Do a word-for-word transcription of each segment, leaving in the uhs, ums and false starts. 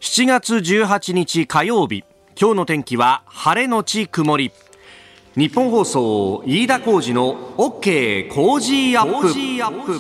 しちがつじゅうはちにち火曜日、今日の天気は晴れのち曇り。日本放送飯田浩司の OK 工事アップ。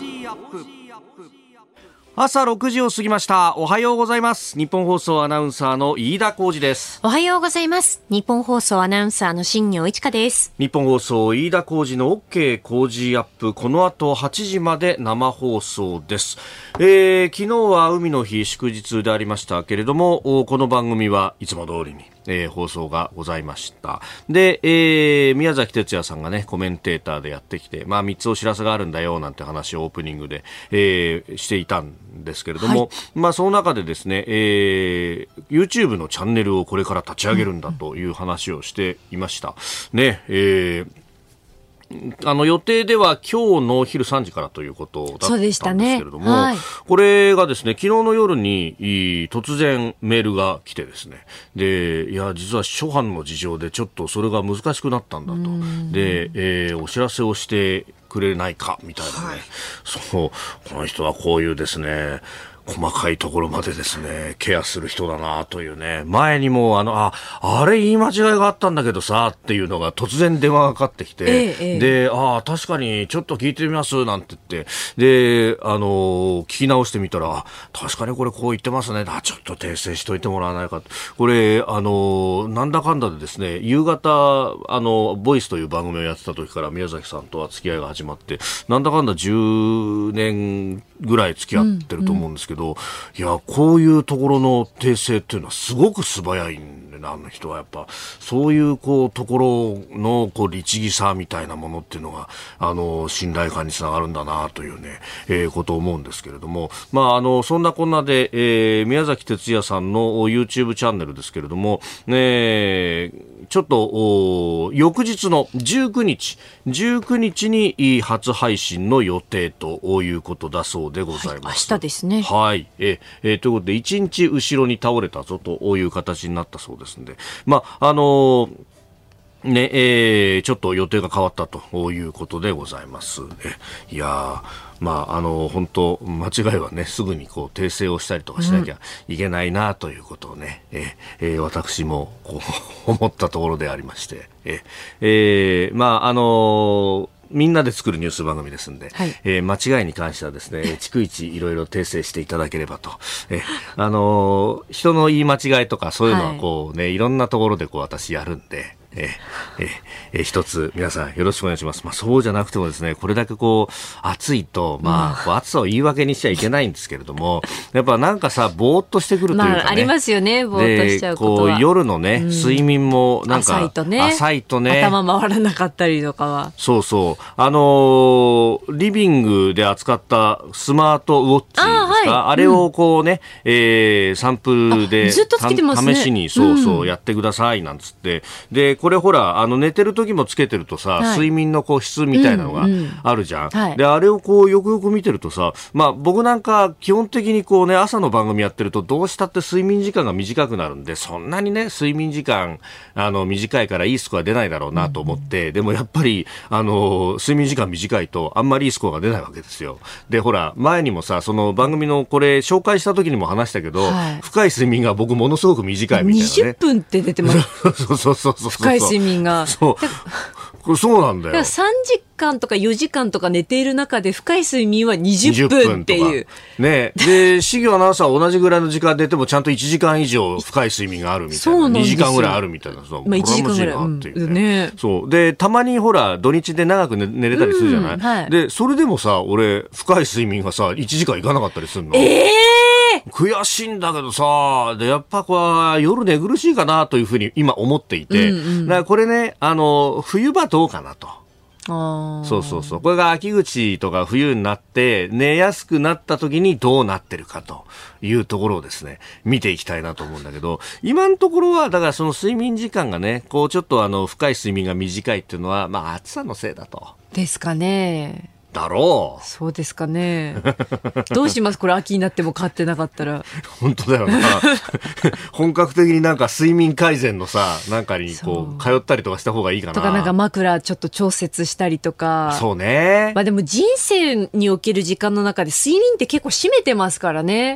朝ろくじを過ぎました。おはようございます。日本放送アナウンサーの飯田浩司です。 おはようございます。日本放送アナウンサーの新業一華です。 日本放送飯田浩司の OK 工事アップ、この後はちじまで生放送です。えー、昨日は海の日祝日でありましたけれども、この番組はいつも通りにえー、放送がございました。で、えー、宮崎哲也さんがねコメンテーターでやってきて、まあみっつお知らせがあるんだよなんて話をオープニングで、えー、していたんですけれども、はい、まあその中でですね、えー、YouTube のチャンネルをこれから立ち上げるんだという話をしていました。ね、えーあの予定では今日の昼さんじからということだったんですけれども、ね、はい、これがですね昨日の夜に突然メールが来てですね、でいや実は初版の事情でちょっとそれが難しくなったんだと、で、えー、お知らせをしてくれないかみたいなね、はい、そうこの人はこういうですね細かいところまでですねケアする人だなというね、前にもあのああれ言い間違いがあったんだけどさっていうのが突然電話がかかってきて、ええ、であ確かにちょっと聞いてみますなんて言って、であの聞き直してみたら確かにこれこう言ってますね、あちょっと訂正しといてもらわないか、これあのなんだかんだでですね夕方あのボイスという番組をやってた時から宮崎さんとは付き合いが始まって、なんだかんだじゅうねんぐらい付き合ってると思うんですけど、うんうん、いやこういうところの訂正っていうのはすごく素早いんで、あの人はやっぱそういうこうところのこう律儀さみたいなものっていうのがあの信頼感につながるんだなというね、えー、ことを思うんですけれども、まああのそんなこんなで、えー、宮崎哲也さんの YouTube チャンネルですけれども、ね、ちょっと翌日のじゅうくにちじゅうくにちに初配信の予定ということだそうでございます。 はい、明日ですね。 はい、ええということでいちにち後ろに倒れたぞという形になったそうですので、まああのーねえー、ちょっと予定が変わったということでございます。えいやまああの本当間違いはねすぐにこう訂正をしたりとかしなきゃいけないなということをね、うん、ええ私もこう思ったところでありまして、ええー、まああのーみんなで作るニュース番組ですんで、はい、えー、間違いに関してはですね、逐一いろいろ訂正していただければと、えー、あのー、人の言い間違いとかそういうのはこうね、はい、いろんなところでこう私やるんで、えーえーえー、一つ皆さんよろしくお願いします。まあそうじゃなくてもですね、これだけこう暑いと、まあこう暑さを言い訳にしちゃいけないんですけれども、やっぱなんかさぼーっとしてくるというかね、 まあ、ありますよね、ぼーっとしちゃうことは。 こう夜のね、うん、睡眠もなんか浅いとね、 浅いとね、 頭回らなかったりとかは、そうそうあのー、リビングで扱ったスマートウォッチですか、あ、はい、あれをこうね、うん、えー、サンプルでずっとつけてますね、 試しにそうそう、うん、やってくださいなんつって、でこれほらあの寝てる時もつけてるとさ、はい、睡眠のこう質みたいなのがあるじゃん、うんうん、はい、であれをこうよくよく見てるとさ、まあ僕なんか基本的にこうね朝の番組やってるとどうしたって睡眠時間が短くなるんで、そんなにね睡眠時間あの短いからいいスコア出ないだろうなと思って、うん、でもやっぱりあの睡眠時間短いとあんまりいいスコアが出ないわけですよ。でほら前にもさその番組のこれ紹介した時にも話したけど、はい、深い睡眠が僕ものすごく短いみたいなね、にじゅっぷんって出てますそうそうそうそう、深い睡眠がそうそうなんだよ。 さんじかんとかよじかんとか寝ている中で深い睡眠はにじゅっぷんっていうね。でシギアナウンサーは同じぐらいの時間寝てもちゃんといちじかん以上深い睡眠があるみたいな、にじかんぐらいあるみたいな、そう、 まあ、いちじかんぐらい、 っていうね、うん、そうでたまにほら土日で長く 寝, 寝れたりするじゃない、うん、はい、でそれでもさ俺深い睡眠がさいちじかんいかなかったりするの、 えー、 悔しいんだけどさ、でやっぱこう夜寝苦しいかなというふうに今思っていて、うんうん、だからこれねあの冬場どうかなと、あそうそうそう、これが秋口とか冬になって寝やすくなった時にどうなってるかというところをですね見ていきたいなと思うんだけど、今のところはだからその睡眠時間がねこうちょっとあの深い睡眠が短いっていうのはまあ暑さのせいだとですかね。 だろう。 そうですかね。どうしますこれ秋になっても買ってなかったら。 本当だよな。本格的になんか睡眠改善のさなんかにこう通ったりとかした方がいいかなとか、なんか枕ちょっと調節したりとか。 そうね。 まあでも人生における時間の中で睡眠って結構占めてますからね。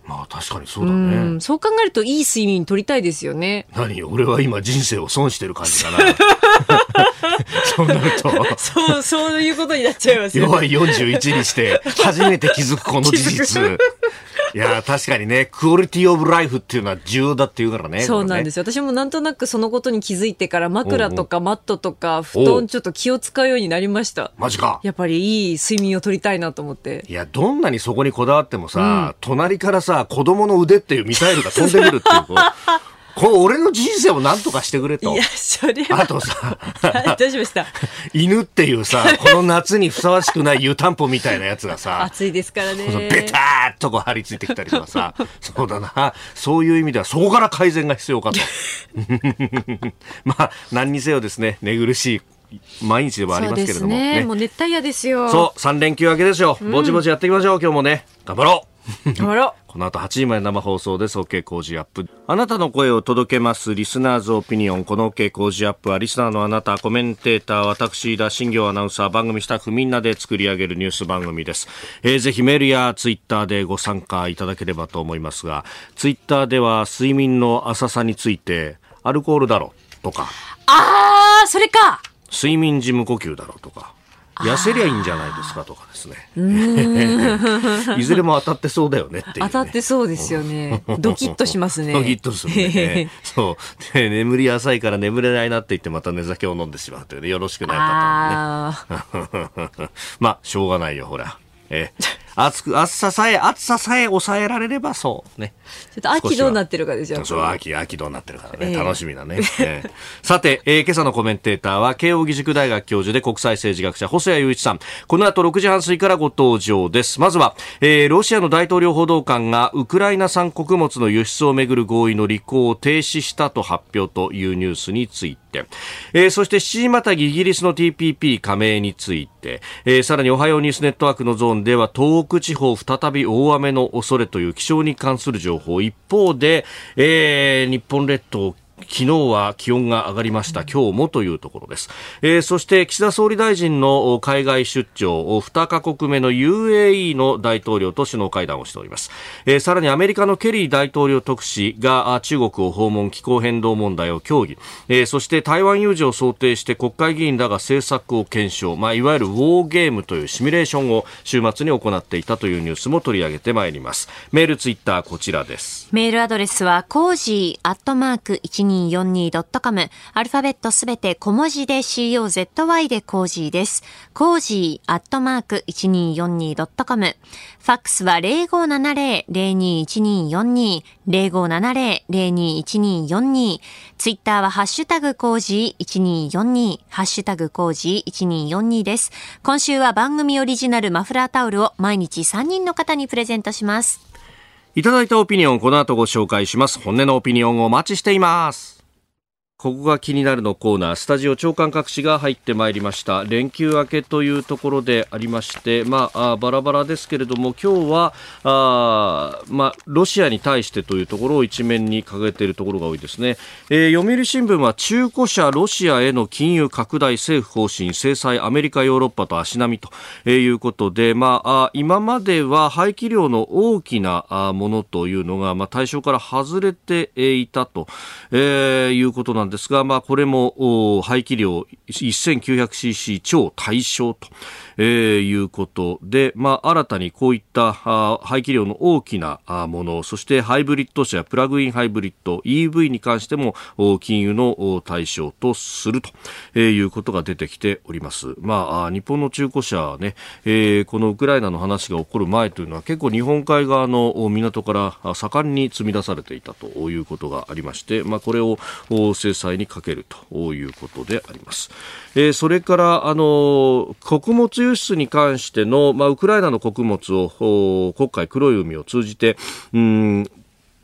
まあ確かにそうだね。 うん、そう考えるといい睡眠取りたいですよね。 何俺は今人生を損してる感じかな。そうなるとそう、そういうことになっちゃいますよね。 弱いよんじゅういちにして初めて気づくこの事実。いや確かにね、クオリティオブライフっていうのは重要だっていうからね。 そうなんですよ、ね、私もなんとなくそのことに気づいてから枕とかマットとか布団ちょっと気を使うようになりました。 マジか。 やっぱりいい睡眠を取りたいなと思って。 いやどんなにそこにこだわってもさ、うん、隣からさ子供の腕っていうミサイルが飛んでくるっていうこうこう俺の人生を何とかしてくれと。 いやそれはあとさどうしました犬っていうさこの夏にふさわしくない湯たんぽみたいなやつがさ暑いですからねベターっとこう張り付いてきたりとかさそうだな、そういう意味ではそこから改善が必要かと。まあ何にせよですね、寝苦しい毎日ではありますけれども、 そうですね、 ね、 もう熱帯夜ですよ。 そうさん連休明けですよ、うん、ぼちぼちやっていきましょう。今日もね頑張ろう。 頑張ろう。 この後はちじまで生放送です。 OK 工事アップ。あなたの声を届けますリスナーズオピニオン。この OK 工事アップはリスナーのあなた、コメンテーター、私田新行アナウンサー、番組スタッフみんなで作り上げるニュース番組です。えー、ぜひメールやツイッターでご参加いただければと思いますが、ツイッターでは睡眠の浅さについてアルコールだろとか、 あーそれか、 睡眠時無呼吸だろとか、痩せりゃいいんじゃないですかとかですね。うーんいずれも当たってそうだよねっていう、ね、 当たってそうですよね。ドキッとしますね。 ドキッとするね。そうで眠り浅いから眠れないなって言ってまた寝酒を飲んでしまうというね、よろしくないパターンね。まあしょうがないよほら。え暑く暑ささえ暑ささえ抑えられればそうね。 ちょっと秋どうなってるかですよ。 そう秋秋どうなってるからね、えー、楽しみだね。えー、さて、えー、今朝のコメンテーターは慶應義塾大学教授で国際政治学者細谷雄一さん。この後ろくじはん過ぎからご登場です。まずは、えー、ロシアの大統領報道官がウクライナ産穀物の輸出をめぐる合意の履行を停止したと発表というニュースについて、えー、そしてしちじまたぎイギリスの ティーピーピー 加盟について、えー、さらにおはようニュースネットワークのゾーンでは東北地方再び大雨の恐れという気象に関する情報。一方で、えー、日本列島昨日は気温が上がりました。今日もというところです。えー、そして岸田総理大臣の海外出張、にカ国目の ユーエーイー の大統領と首脳会談をしております。えー、さらにアメリカのケリー大統領特使が中国を訪問、気候変動問題を協議、えー、そして台湾有事を想定して国会議員らが政策を検証、まあ、いわゆるウォーゲームというシミュレーションを週末に行っていたというニュースも取り上げてまいります。メールツイッターこちらです。 メールアドレスはコージーアットマーク いちにーよんにードットコム、 アルファベットすべて小文字で シーオーゼットワイ でコージーです。コージーアットマーク いちにーよんにードットコム、 ファックスは ゼロごーななゼロ ゼロにーいちにーよんにー ゼロごーななゼロ ゼロにーいちにーよんにー、ツイッターはハッシュタグコージーいちにーよんにー、ハッシュタグコージーいちにーよんにーです。今週は番組オリジナルマフラータオルを毎日さんにんの方にプレゼントします。 いただいたオピニオン、この後ご紹介します。本音のオピニオンをお待ちしています。ここが気になるのコーナー、スタジオ長官各紙が入ってまいりました。連休明けというところでありまして、まあ、あバラバラですけれども、今日はあ、まあ、ロシアに対してというところを一面に掲げているところが多いですね。えー、読売新聞は中古車ロシアへの禁輸拡大、政府方針、制裁アメリカヨーロッパと足並みということで、まあ、あ今までは排気量の大きなものというのが、まあ、対象から外れていたと、えー、いうことなんですですが、まあ、これも排気量 せんきゅうひゃくシーシー 超対象と、えー、いうことで、まあ、新たにこういった排気量の大きなもの、そしてハイブリッド車やプラグインハイブリッド イーブイ に関しても禁輸の対象とするということが出てきております。まあ、日本の中古車ね、えー、このウクライナの話が起こる前というのは結構日本海側の港から盛んに積み出されていたということがありまして、まあ、これを制裁にかけるということであります。えー、それからあの穀物輸出に関しての、まあ、ウクライナの穀物を黒海黒い海を通じてうん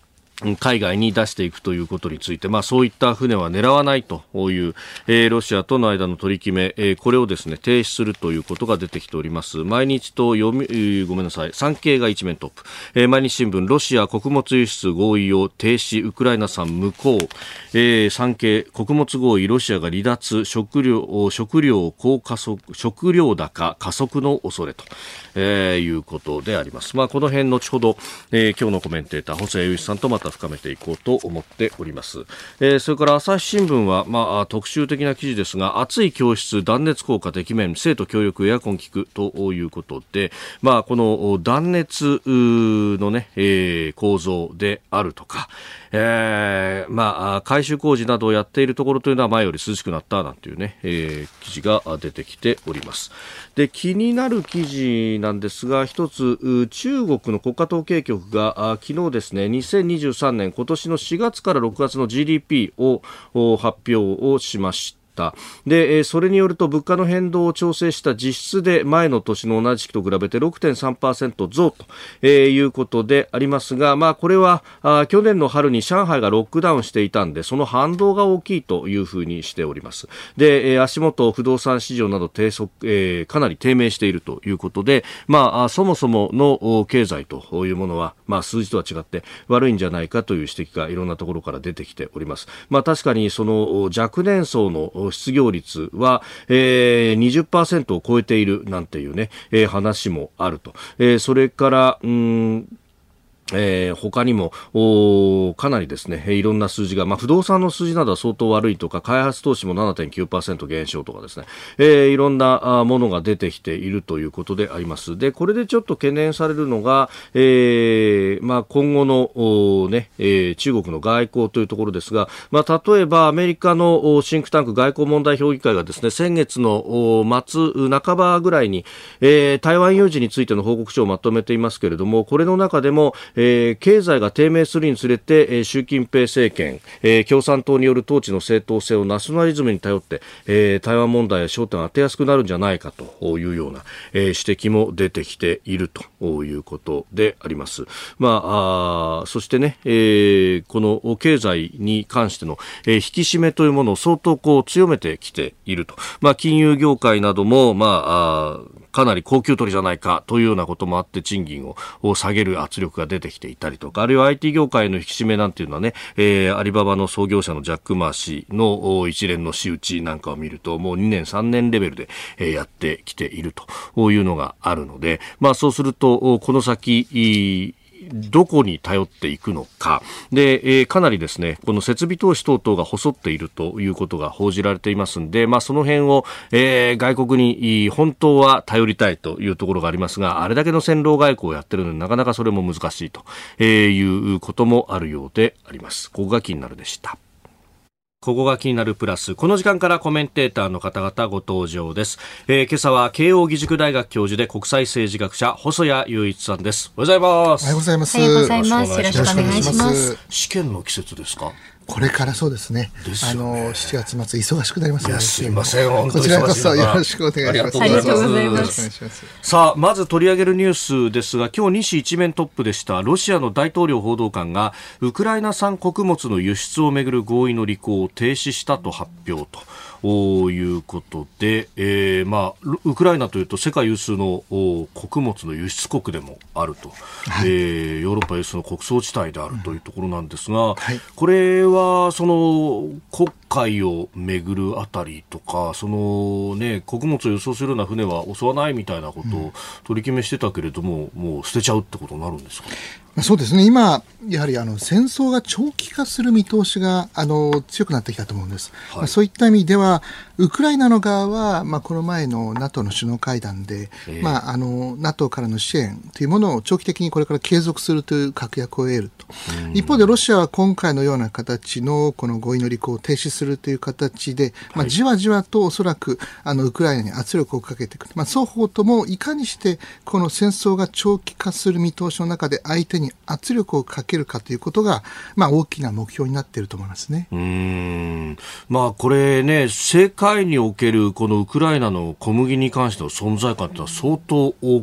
海外に出していくということについて、まあ、そういった船は狙わないという、えー、ロシアとの間の取り決め、えー、これをですね停止するということが出てきております。毎日と読み、えー、ごめんなさい、産経が一面トップ、えー、毎日新聞、ロシア穀物輸出合意を停止、ウクライナ産無効、えー、産経、穀物合意、ロシアが離脱、食料食料高加速、食料高加速の恐れと、えー、いうことであります。まあ、この辺後ほど、えー、今日のコメンテーター細谷雄一さんとまた深めていこうと思っております。えー、それから朝日新聞は、まあ、特集的な記事ですが、暑い教室断熱効果てきめん、生徒協力エアコン効くということで、まあ、この断熱の、ねえー、構造であるとか、えーまあ、改修工事などをやっているところというのは前より涼しくなったなんていう、ねえー、記事が出てきております。で、気になる記事なんですが、一つ中国の国家統計局が昨日ですね、にせんにじゅうさんねん今年のしがつからろくがつの ジーディーピー を発表をしました。で、それによると物価の変動を調整した実質で前の年の同じ期と比べて ろくてんさんパーセント 増ということでありますが、まあ、これはあ去年の春に上海がロックダウンしていたんで、その反動が大きいというふうにしております。で、足元不動産市場など低速、えー、かなり低迷しているということで、まあ、そもそもの経済というものは、まあ、数字とは違って悪いんじゃないかという指摘がいろんなところから出てきております。まあ、確かにその若年層の失業率は、えー、にじゅっパーセント を超えているなんていうね、えー、話もあると。えー、それからうーんえー、他にもかなりですねいろんな数字が、まあ、不動産の数字などは相当悪いとか、開発投資も ななてんきゅうパーセント 減少とかですね、えー、いろんなものが出てきているということであります。で、これでちょっと懸念されるのが、えーまあ、今後の、ねえー、中国の外交というところですが、まあ、例えばアメリカのシンクタンク外交問題評議会がですね先月の末半ばぐらいに、えー、台湾有事についての報告書をまとめていますけれども、これの中でもえー、経済が低迷するにつれて、えー、習近平政権、えー、共産党による統治の正当性をナショナリズムに頼って、えー、台湾問題や焦点を当てやすくなるんじゃないかというような、えー、指摘も出てきているということであります。まあ、あそしてね、えー、この経済に関しての、えー、引き締めというものを相当こう強めてきていると。まあ、金融業界なども、まあ、あかなり高給取りじゃないかというようなこともあって賃金を下げる圧力が出てきていたりとか、あるいは アイティー 業界の引き締めなんていうのはね、えー、アリババの創業者のジャック・マー氏の一連の仕打ちなんかを見ると、もうにねんさんねんレベルで、えー、やってきているというのがあるので、まあそうするとこの先どこに頼っていくのかで、えー、かなりですねこの設備投資等々が細っているということが報じられていますので、まあ、その辺を、えー、外国に本当は頼りたいというところがありますが、あれだけの戦狼外交をやってるのになかなかそれも難しいということもあるようであります。ここが気になるでした。ここが気になるプラス。この時間からコメンテーターの方々ご登場です。えー、今朝は慶應義塾大学教授で国際政治学者細谷雄一さんです。おはようございます。 おはようございます。 おはようございます。よろしくお願いします。 試験の季節ですか？ これからそうですね。ですよね。あのしちがつ末忙しくなりますね。 いやすいません、本当にこちらこそよろしくお願いします。 ありがとうございます。 さあ、まず取り上げるニュースですが、今日西一面トップでしたロシアの大統領報道官がウクライナ産穀物の輸出をめぐる合意の履行を停止したと発表ということで、えーまあ、ウクライナというと世界有数の穀物の輸出国でもあると、はい、えー、ヨーロッパ有数の穀倉地帯であるというところなんですが、うん、はい、これはその黒海をめぐるあたりとか、その、ね、穀物を輸送するような船は襲わないみたいなことを取り決めしてたけれども、うん、もう捨てちゃうってことになるんですか？ そうですね。今やはりあの戦争が長期化する見通しがあの強くなってきたと思うんです、はい、まあ、そういった意味ではウクライナの側は、まあ、この前の ナトー の首脳会談で、えーまあ、あの ナトー からの支援というものを長期的にこれから継続するという確約を得ると。一方でロシアは今回のような形のこの合意の履行を停止するという形で、まあ、じわじわとおそらくあのウクライナに圧力をかけていく、まあ、双方ともいかにしてこの戦争が長期化する見通しの中で相手に圧力をかけるかということが、まあ、大きな目標になっていると思いますね。 うーん、まあ、これね、世界におけるこのウクライナの小麦に関しての存在感というのは相当大きい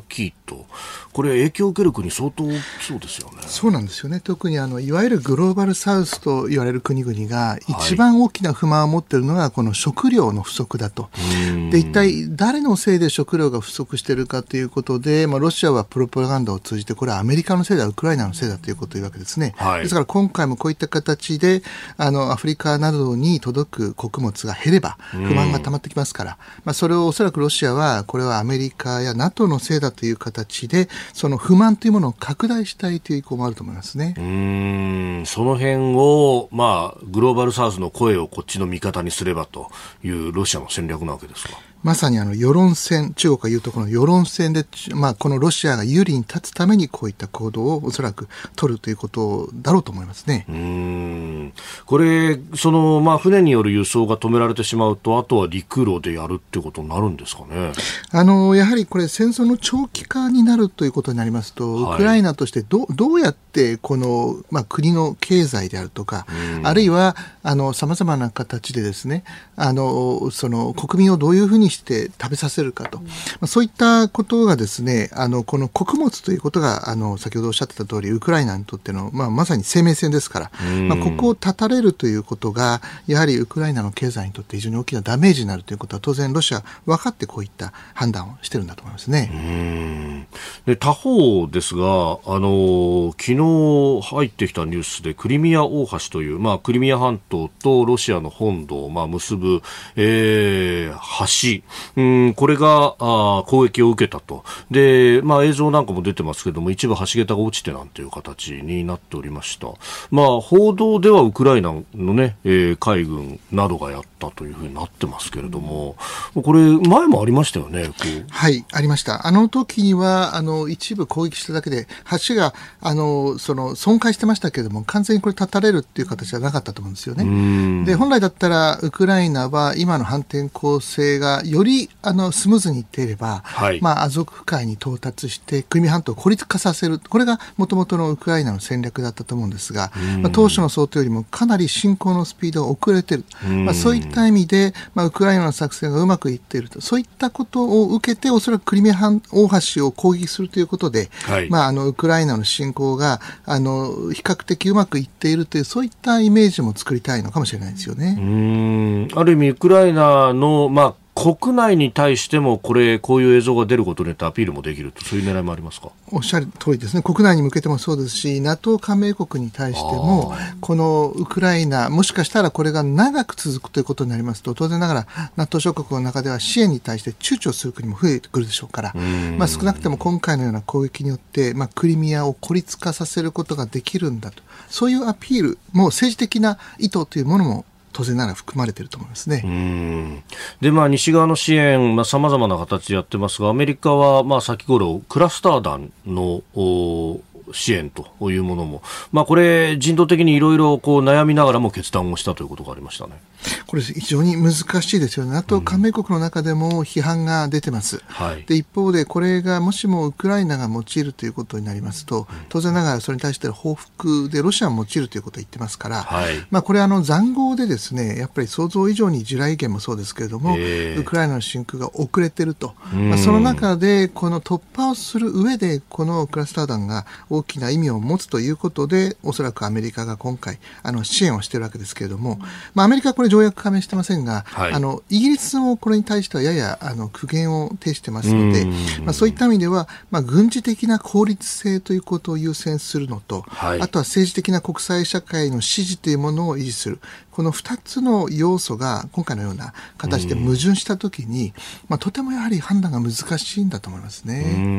と、これ影響を受ける国相当大きそうですよね。 そうなんですよね。特にあのいわゆるグローバルサウスと言われる国々が一番大きな不満を持っているのがこの食料の不足だと。で、一体誰のせいで食料が不足しているかということで、まあ、ロシアはプロパガンダを通じてこれはアメリカのせいだ、ウクライナのせいだということを言うわけですね。はい、ですから今回もこういった形であのアフリカなどに届く穀物が減れば不満が溜まってきますから、まあ、それをおそらくロシアはこれはアメリカや ナトー のせいだという形でその不満というものを拡大したいという意向もあると思いますね。 うーん、その辺を、まあ、グローバルサウスの声をこっちの味方にすればというロシアの戦略なわけですか。 まさにあの世論戦、中国が言うところの世論戦で、まあ、このロシアが有利に立つためにこういった行動をおそらく取るということだろうと思いますね。 うーん、これその、まあ、船による輸送が止められてしまうとあとは陸路でやるってことになるんですかね。 あのやはりこれ戦争の長期化になるということになりますと、はい、ウクライナとしてど、どうやってこの、まあ、国の経済であるとか、あるいはあの様々な形でですね、あのその国民をどういうふうにして食べさせるかと、まあ、そういったことがですね、あのこの穀物ということがあの先ほどおっしゃってた通りウクライナにとっての、まあ、まさに生命線ですから、まあ、ここを断たれるということがやはりウクライナの経済にとって非常に大きなダメージになるということは当然ロシア分かってこういった判断をしてるんだと思いますね。 うーん、で他方ですが、あの昨日入ってきたニュースでクリミア大橋という、まあ、クリミア半島とロシアの本土を、まあ、結ぶ、えー、橋、うん、これがあ攻撃を受けたと。で、まあ、映像なんかも出てますけども、一部橋桁が落ちてなんていう形になっておりました。まあ、報道ではウクライナのね、えー、海軍などがやったというふうになってますけれども、これ前もありましたよね。こう、 はい、ありました。あの時にはあの一部攻撃しただけで橋があのその損壊してましたけれども、完全にこれ断たれるっていう形じゃなかったと思うんですよね。で、本来だったらウクライナは今の反転攻勢がよりあのスムーズにいっていれば、はい、まあ、アゾフ海に到達してクリミア半島を孤立化させる、これがもともとのウクライナの戦略だったと思うんですが、まあ、当初の想定よりもかなり進行のスピードが遅れている、まあ、そういった意味で、まあ、ウクライナの作戦がうまくいっていると、そういったことを受けておそらくクリミア大橋を攻撃するということで、はい、まあ、あのウクライナの侵攻があの比較的うまくいっているという、そういったイメージも作りたいのかもしれないですよね。 うーん、ある意味ウクライナの、まあ、国内に対してもこれこういう映像が出ることによってアピールもできると、そういう狙いもありますか。 おっしゃる通りですね。国内に向けてもそうですし、 ナトー 加盟国に対してもこのウクライナ、もしかしたらこれが長く続くということになりますと、当然ながら ナトー 諸国の中では支援に対して躊躇する国も増えてくるでしょうから、まあ、少なくとも今回のような攻撃によって、まあ、クリミアを孤立化させることができるんだと、そういうアピールも政治的な意図というものも当然なら含まれていると思いますね。 うーん、で、まあ、西側の支援、まあ、様々な形でやってますが、アメリカは、まあ、先頃クラスター弾の支援というものも、まあ、これ人道的にいろいろ悩みながらも決断をしたということがありましたね。 これ非常に難しいですよね。ナトー 加盟国の中でも批判が出てます、うん、はい、で一方でこれがもしもウクライナが用いるということになりますと、当然ながらそれに対しての報復でロシアも用いるということを言ってますから、はい、まあ、これはあの塹壕でですね、やっぱり想像以上に地雷原もそうですけれども、えー、ウクライナの侵攻が遅れていると、まあ、その中でこの突破をする上でこのクラスター弾が大きな意味を持つということで、おそらくアメリカが今回あの支援をしているわけですけれども、まあ、アメリカはこれ条約加盟してませんが、はい、あのイギリスもこれに対してはややあの苦言を呈してますので、まあ、そういった意味では、まあ、軍事的な効率性ということを優先するのと、はい、あとは政治的な国際社会の支持というものを維持する、このふたつの要素が今回のような形で矛盾したときに、まあ、とてもやはり判断が難しいんだと思いますね。 うん、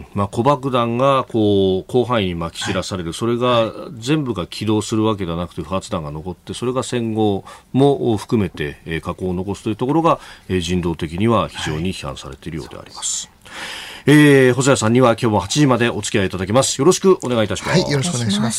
まあ、小爆弾がこう広範囲にまき散らされる、はい、それが全部が起動するわけではなくて不発弾が残って、それが戦後も含めて、えー、禍根を残すというところが、えー、人道的には非常に批判されているようであります。はい、えー、細谷さんには今日もはちじまでお付き合いいただきます。よろしくお願いいたします。 はい、よろしくお願いします。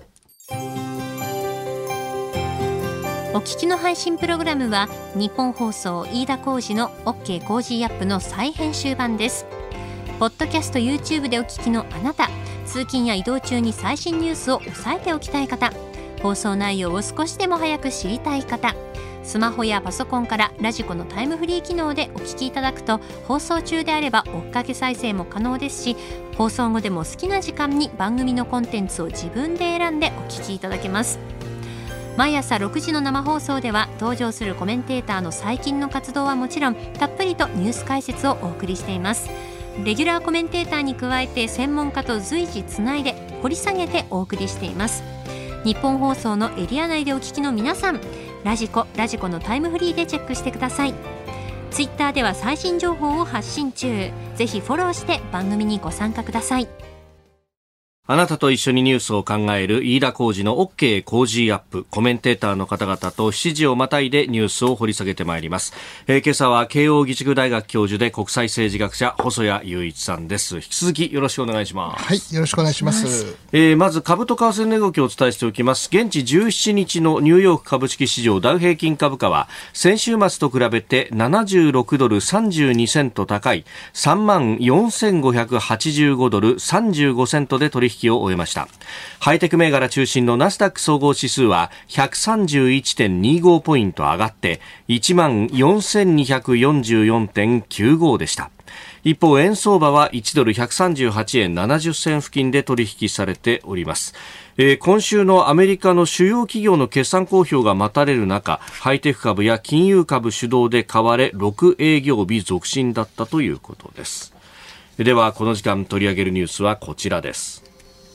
お聞きの配信プログラムは日本放送飯田浩司の OK コージーアップの再編集版です。ポッドキャスト YouTube でお聞きのあなた、通勤や移動中に最新ニュースを押さえておきたい方、放送内容を少しでも早く知りたい方、 スマホやパソコンからラジコのタイムフリー機能でお聞きいただくと、放送中であれば追っかけ再生も可能ですし、放送後でも好きな時間に番組のコンテンツを自分で選んでお聞きいただけます。毎朝ろくじの生放送では登場するコメンテーターの最近の活動はもちろん、たっぷりとニュース解説をお送りしています。レギュラーコメンテーターに加えて専門家と随時つないで掘り下げてお送りしています。日本放送のエリア内でお聞きの皆さん、ラジコ、ラジコのタイムフリーでチェックしてください。ツイッターでは最新情報を発信中。ぜひフォローして番組にご参加ください。 あなたと一緒にニュースを考える飯田浩司の OK 工事アップ。コメンテーターの方々としちじをまたいでニュースを掘り下げてまいります。えー、今朝は慶應義塾大学教授で国際政治学者細谷雄一さんです。引き続きよろしくお願いします。 はい、よろしくお願いします。 えー、まず株と為替の動きをお伝えしておきます。現地じゅうしちにちのニューヨーク株式市場ダウ平均株価は先週末と比べてななじゅうろくドルさんじゅうにセント高い さんまんよんせんごひゃくはちじゅうごドルさんじゅうごセントで取引を終えました。ハイテク銘柄中心のナスダック総合指数は ひゃくさんじゅういってんにご ポイント上がっていちまんよんせんにひゃくよんじゅうよんてんきゅうごでした。一方、円相場はいちドルひゃくさんじゅうはちえんななじゅっせん付近で取引されております。えー、今週のアメリカの主要企業の決算公表が待たれる中、ハイテク株や金融株主導で買われろく営業日続伸だったということです。ではこの時間取り上げるニュースはこちらです。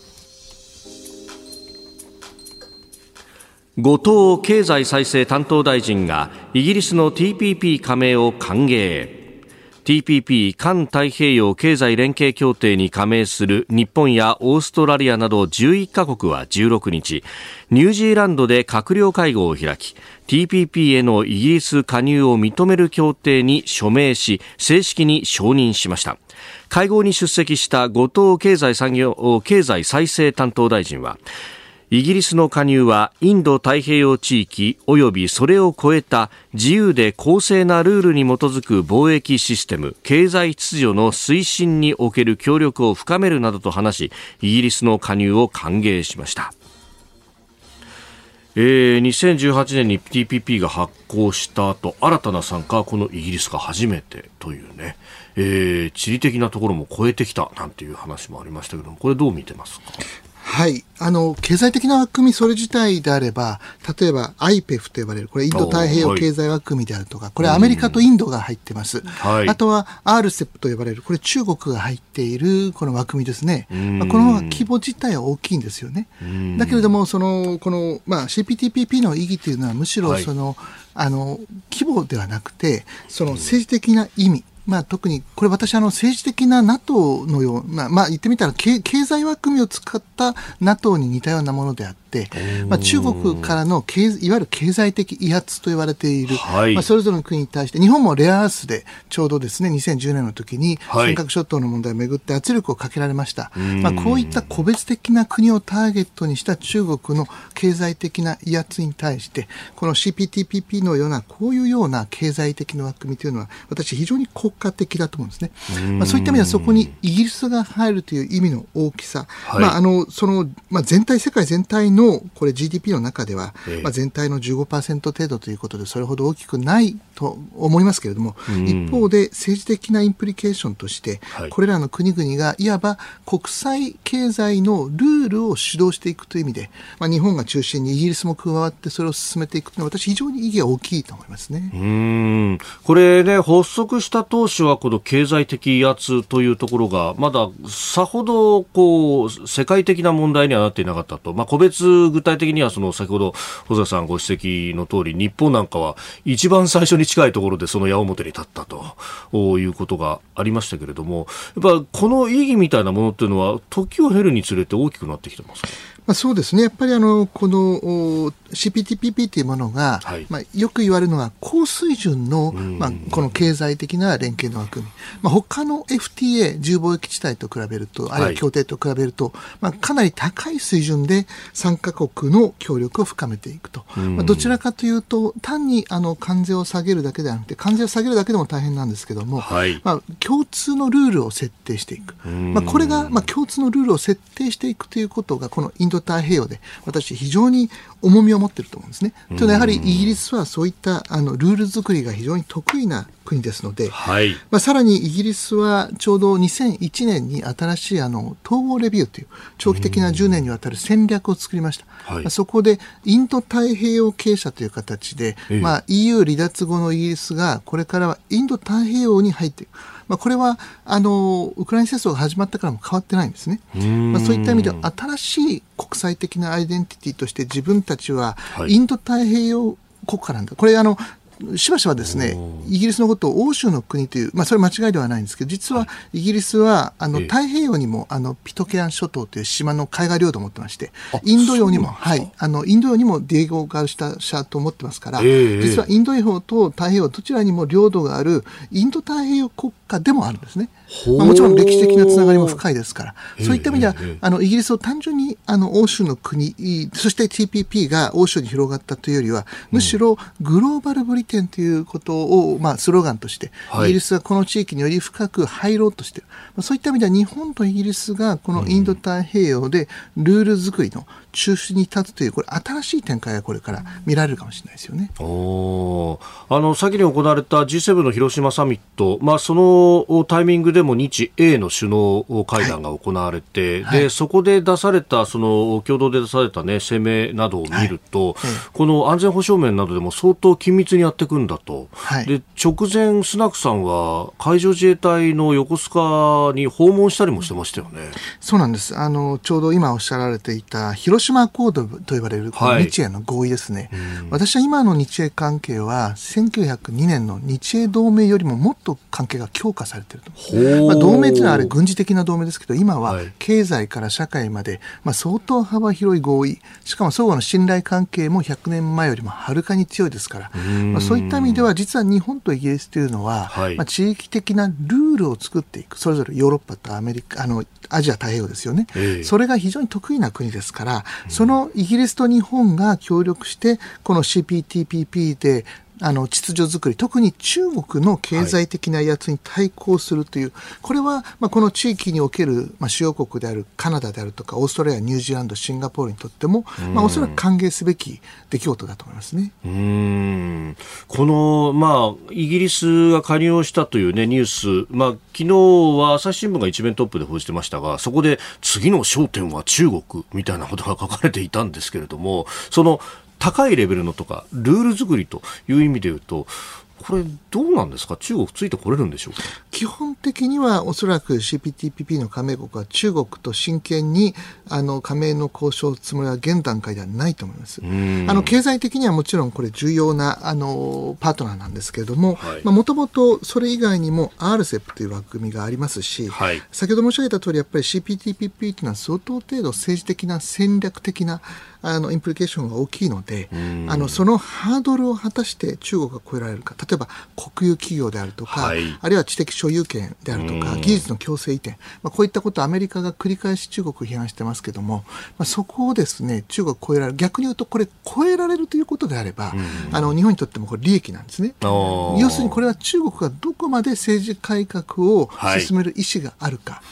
後藤経済再生担当大臣がイギリスの ティーピーピー 加盟を歓迎。 ティーピーピー 環太平洋経済連携協定に加盟する日本やオーストラリアなどじゅういっかこくはじゅうろくにち、ニュージーランドで閣僚会合を開き、 ティーピーピー へのイギリス加入を認める協定に署名し正式に承認しました。会合に出席した後藤経済産業経済再生担当大臣は、イギリスの加入はインド太平洋地域及びそれを超えた自由で公正なルールに基づく貿易システム、経済秩序の推進における協力を深めるなどと話し、イギリスの加入を歓迎しました。えー、にせんじゅうはちねんに ティーピーピー が発効した後、新たな参加はこのイギリスが初めてというね、えー、地理的なところも超えてきたなんていう話もありましたけども、これどう見てますか？ はい。あの、経済的な枠組みそれ自体であれば、例えば アイペフ と呼ばれる、これインド太平洋経済枠組みであるとか、これアメリカとインドが入ってます。はい、あとは アールセップ と呼ばれる、これ中国が入っているこの枠組みですね。まあ、この方が規模自体は大きいんですよね。だけれども、その、この、まあ、シーピーティーピーピー の意義というのはむしろその、はい、あの、規模ではなくて、その政治的な意味、まあ、特にこれ私あの政治的な NATO のような、まあ、まあ言ってみたら経済枠組みを使った NATO に似たようなものであって、まあ、中国からの経いわゆる経済的威圧と言われている、はい、まあ、それぞれの国に対して日本もレアアースでちょうどですねにせんじゅうねんの時に尖閣諸島の問題をめぐって圧力をかけられました、はい、まあ、こういった個別的な国をターゲットにした中国の経済的な威圧に対してこの シーピーティーピーピー のようなこういうような経済的な枠組みというのは私非常に効果的だと思うんですね。まあ、そういった意味ではそこにイギリスが入るという意味の大きさ、はい、まあ、あのそのまあ、全体世界全体のこれ ジーディーピー の中では、えーまあ、全体の じゅうごパーセント 程度ということでそれほど大きくないと思いますけれども、うん、一方で政治的なインプリケーションとして、はい、これらの国々がいわば国際経済のルールを主導していくという意味で、まあ、日本が中心にイギリスも加わってそれを進めていくというのは私非常に意義が大きいと思いますね。 うーん、これね、発足した当初はこの経済的威圧というところがまださほどこう世界的な問題にはなっていなかったと、まあ、個別具体的にはその先ほど細田さんご指摘の通り日本なんかは一番最初に近いところでその矢面に立ったということがありましたけれども、やっぱこの意義みたいなものっていうのは時を経るにつれて大きくなってきてますか？ まあ、そうですね。やっぱりあのこの シーピーティーピーピー というものが、はい、まあ、よく言われるのは高水準の、まあ、この経済的な連携の枠組み、まあ、他の エフティーエー 自由貿易地帯と比べると、あるいは協定と比べると、はい、まあ、かなり高い水準でさんカ国の協力を深めていくと、まあ、どちらかというと単にあの関税を下げるだけではなくて関税を下げるだけでも大変なんですけども、はい、まあ、共通のルールを設定していく、まあ、これが、まあ、共通のルールを設定していくということがこのインド太平洋で私非常に重みをを持っていると思うんですね。というのはやはりイギリスはそういったあのルール作りが非常に得意な国ですので、 はいまあ、さらにイギリスはちょうどにせんいちねんに新しいあの統合レビューという長期的なじゅうねんにわたる戦略を作りました。 はいまあ、そこでインド太平洋傾斜という形で、 ええまあ、イーユー 離脱後のイギリスがこれからはインド太平洋に入っていく。まあ、これはあのウクライナ戦争が始まったからも変わってないんですね。まあ、そういった意味では新しい国際的なアイデンティティとして自分たちはインド太平洋国家なんだ。これあのしばしばですね、イギリスのことを欧州の国という、まあ、それは間違いではないんですけど、実はイギリスはあの太平洋にもあのピトケラン諸島という島の海外領土を持ってまして、インド洋にも、はい、あのインド洋にもディエゴ・ガルシタ社と持ってますから、実はインド洋と太平洋どちらにも領土があるインド太平洋国家でもあるんですね。まあ、もちろん歴史的なつながりも深いですから、そういった意味ではあのイギリスを単純にあの欧州の国、そして ティーピーピー が欧州に広がったというよりは、むしろグローバルブリテンということを、まあ、スローガンとして、はい、イギリスはこの地域により深く入ろうとしている。まあ、そういった意味では日本とイギリスがこのインド太平洋でルール作りの中心に立つという、これ新しい展開がこれから見られるかもしれないですよね。 おあの先に行われた ジーセブン の広島サミット、まあ、そのタイミングでも日英の首脳会談が行われて、はい、で、はい、そこで出されたその共同で出された、ね、声明などを見ると、はい、この安全保障面などでも相当緊密にやっていくんだと、はい、で直前スナクさんは海上自衛隊の横須賀に訪問したりもしてましたよね。 そうなんです。あのちょうど今おっしゃられていた広島アコードと呼ばれるこの日英の合意ですね、はい、私は今の日英関係はせんきゅうひゃくにねんの日英同盟よりももっと関係が強化されていると。まあ、同盟というのはあれ軍事的な同盟ですけど、今は経済から社会まで、まあ、相当幅広い合意、しかも相互の信頼関係もひゃくねんまえよりもはるかに強いですから、まあ、そういった意味では実は日本とイギリスというのは、はい、まあ、地域的なルールを作っていく、それぞれヨーロッパとアメリカ、あのアジア太平洋ですよね、えー、それが非常に得意な国ですから、そのイギリスと日本が協力してこの シーピーティーピーピー であの秩序作り、特に中国の経済的な威圧に対抗するという、はい、これはまあこの地域におけるまあ主要国であるカナダであるとかオーストラリア、ニュージーランド、シンガポールにとっても、まあ、おそらく歓迎すべき出来事だと思いますね。 うーんこの、まあ、イギリスが加入をしたという、ね、ニュース、まあ、昨日は朝日新聞が一面トップで報じてましたが、そこで次の焦点は中国みたいなことが書かれていたんですけれども、その高いレベルのとかルール作りという意味でいうと、これどうなんですか。中国ついてこれるんでしょうか。 基本的にはおそらく シーピーティーピーピー の加盟国は中国と真剣にあの加盟の交渉つもりは現段階ではないと思います。あの経済的にはもちろんこれ重要なあのパートナーなんですけれども、もともとそれ以外にも アールセップ という枠組みがありますし、はい、先ほど申し上げた通りやっぱり シーピーティーピーピー というのは相当程度政治的な戦略的なあのインプリケーションが大きいので、あのそのハードルを果たして中国が超えられるか、例えば国有企業であるとか、はい、あるいは知的所有権であるとか技術の強制移転、まあ、こういったことをアメリカが繰り返し中国を批判してますけども、まあ、そこをですね中国が超えられる、逆に言うとこれ超えられるということであれば、あの日本にとってもこれ利益なんですね。要するにこれは中国がどこまで政治改革を進める意思があるか、はい、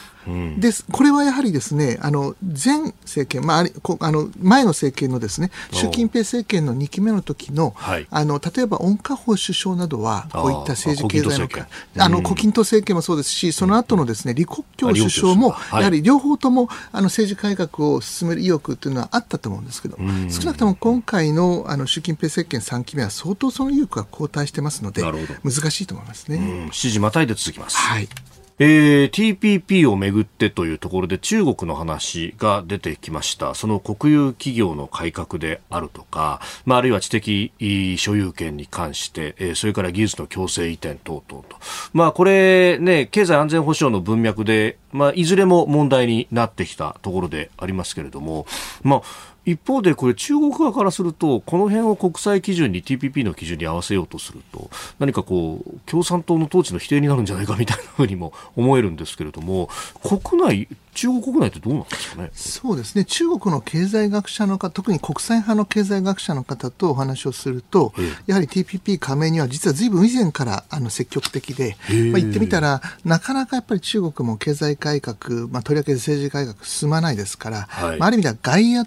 です。これはやはりですね、あの前政権、まあ、あの前の政権のですね、習近平政権のにきめの時の、はい、あの例えば温家宝首相などはこういった政治経済のあの胡錦涛政権もそうですし、その後のですね李克強首相もやはり両方ともあの政治改革を進める意欲というのはあったと思うんですけど、少なくとも今回のあの習近平政権さんきめは相当その意欲が後退してますので難しいと思いますね。 支持またいで続きます。 はい。 えー、ティーピーピー をめぐってというところで中国の話が出てきました。その国有企業の改革であるとか、まあ、あるいは知的所有権に関して、えー、それから技術の強制移転等々と、まあ、これね、経済安全保障の文脈で、まあ、いずれも問題になってきたところでありますけれども、まあ一方でこれ中国側からするとこの辺を国際基準に ティーピーピー の基準に合わせようとすると何かこう共産党の統治の否定になるんじゃないかみたいなふうにも思えるんですけれども、国内中国国内ってどうなんですかね。 そうですね、中国の経済学者の方、特に国際派の経済学者の方とお話をすると、ええ、やはり ティーピーピー 加盟には実は随分以前からあの積極的で、まあ、言ってみたらなかなかやっぱり中国も経済改革、まあ、とりわけ政治改革進まないですから、はい、まあ、ある意味では外圧のような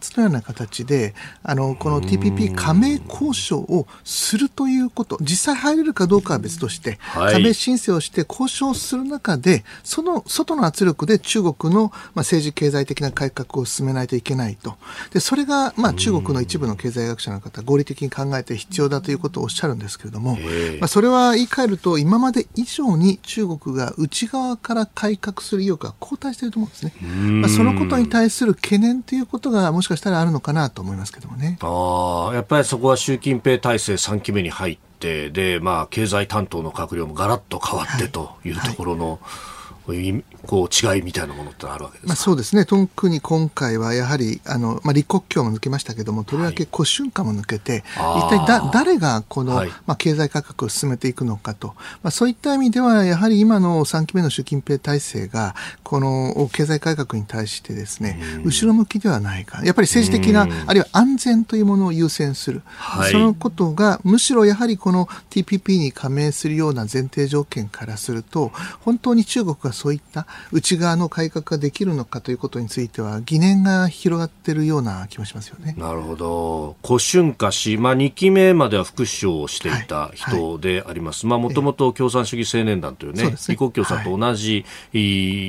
形で、あのこの ティーピーピー 加盟交渉をするということ、実際入れるかどうかは別として、はい、加盟申請をして交渉する中で、その外の圧力で中国の、まあ、政治経済的な改革を進めないといけないと。でそれが、まあ、中国の一部の経済学者の方、合理的に考えて必要だということをおっしゃるんですけれども、まあ、それは言い換えると、今まで以上に中国が内側から改革する意欲が後退していると思うんですね。まあ、そのことに対する懸念ということがもしかしたらあるのかなと思いますけどもね。 あ、やっぱりそこは習近平体制さんきめに入ってで、まあ、経済担当の閣僚もガラッと変わってというところの、はいはい、こう違いみたいなものってあるわけですか。 まあ、そうですね。特に今回はやはりあの、まあ、李克強も抜けましたけども、とりわけ胡春華も抜けて、はい、一体だ誰がこの、はい、まあ、経済改革を進めていくのかと、まあ、そういった意味ではやはり今のさんきめの習近平体制がこの経済改革に対してですね、後ろ向きではないか、やっぱり政治的なあるいは安全というものを優先する、はい、そのことがむしろやはりこの ティーピーピー に加盟するような前提条件からすると、本当に中国がそういった内側の改革ができるのかということについては疑念が広がっているような気もしますよね。 なるほど。胡春華氏、まあ、にきめまでは副首相をしていた人であります。もともと共産主義青年団というね、李克強さんと同じ、はい、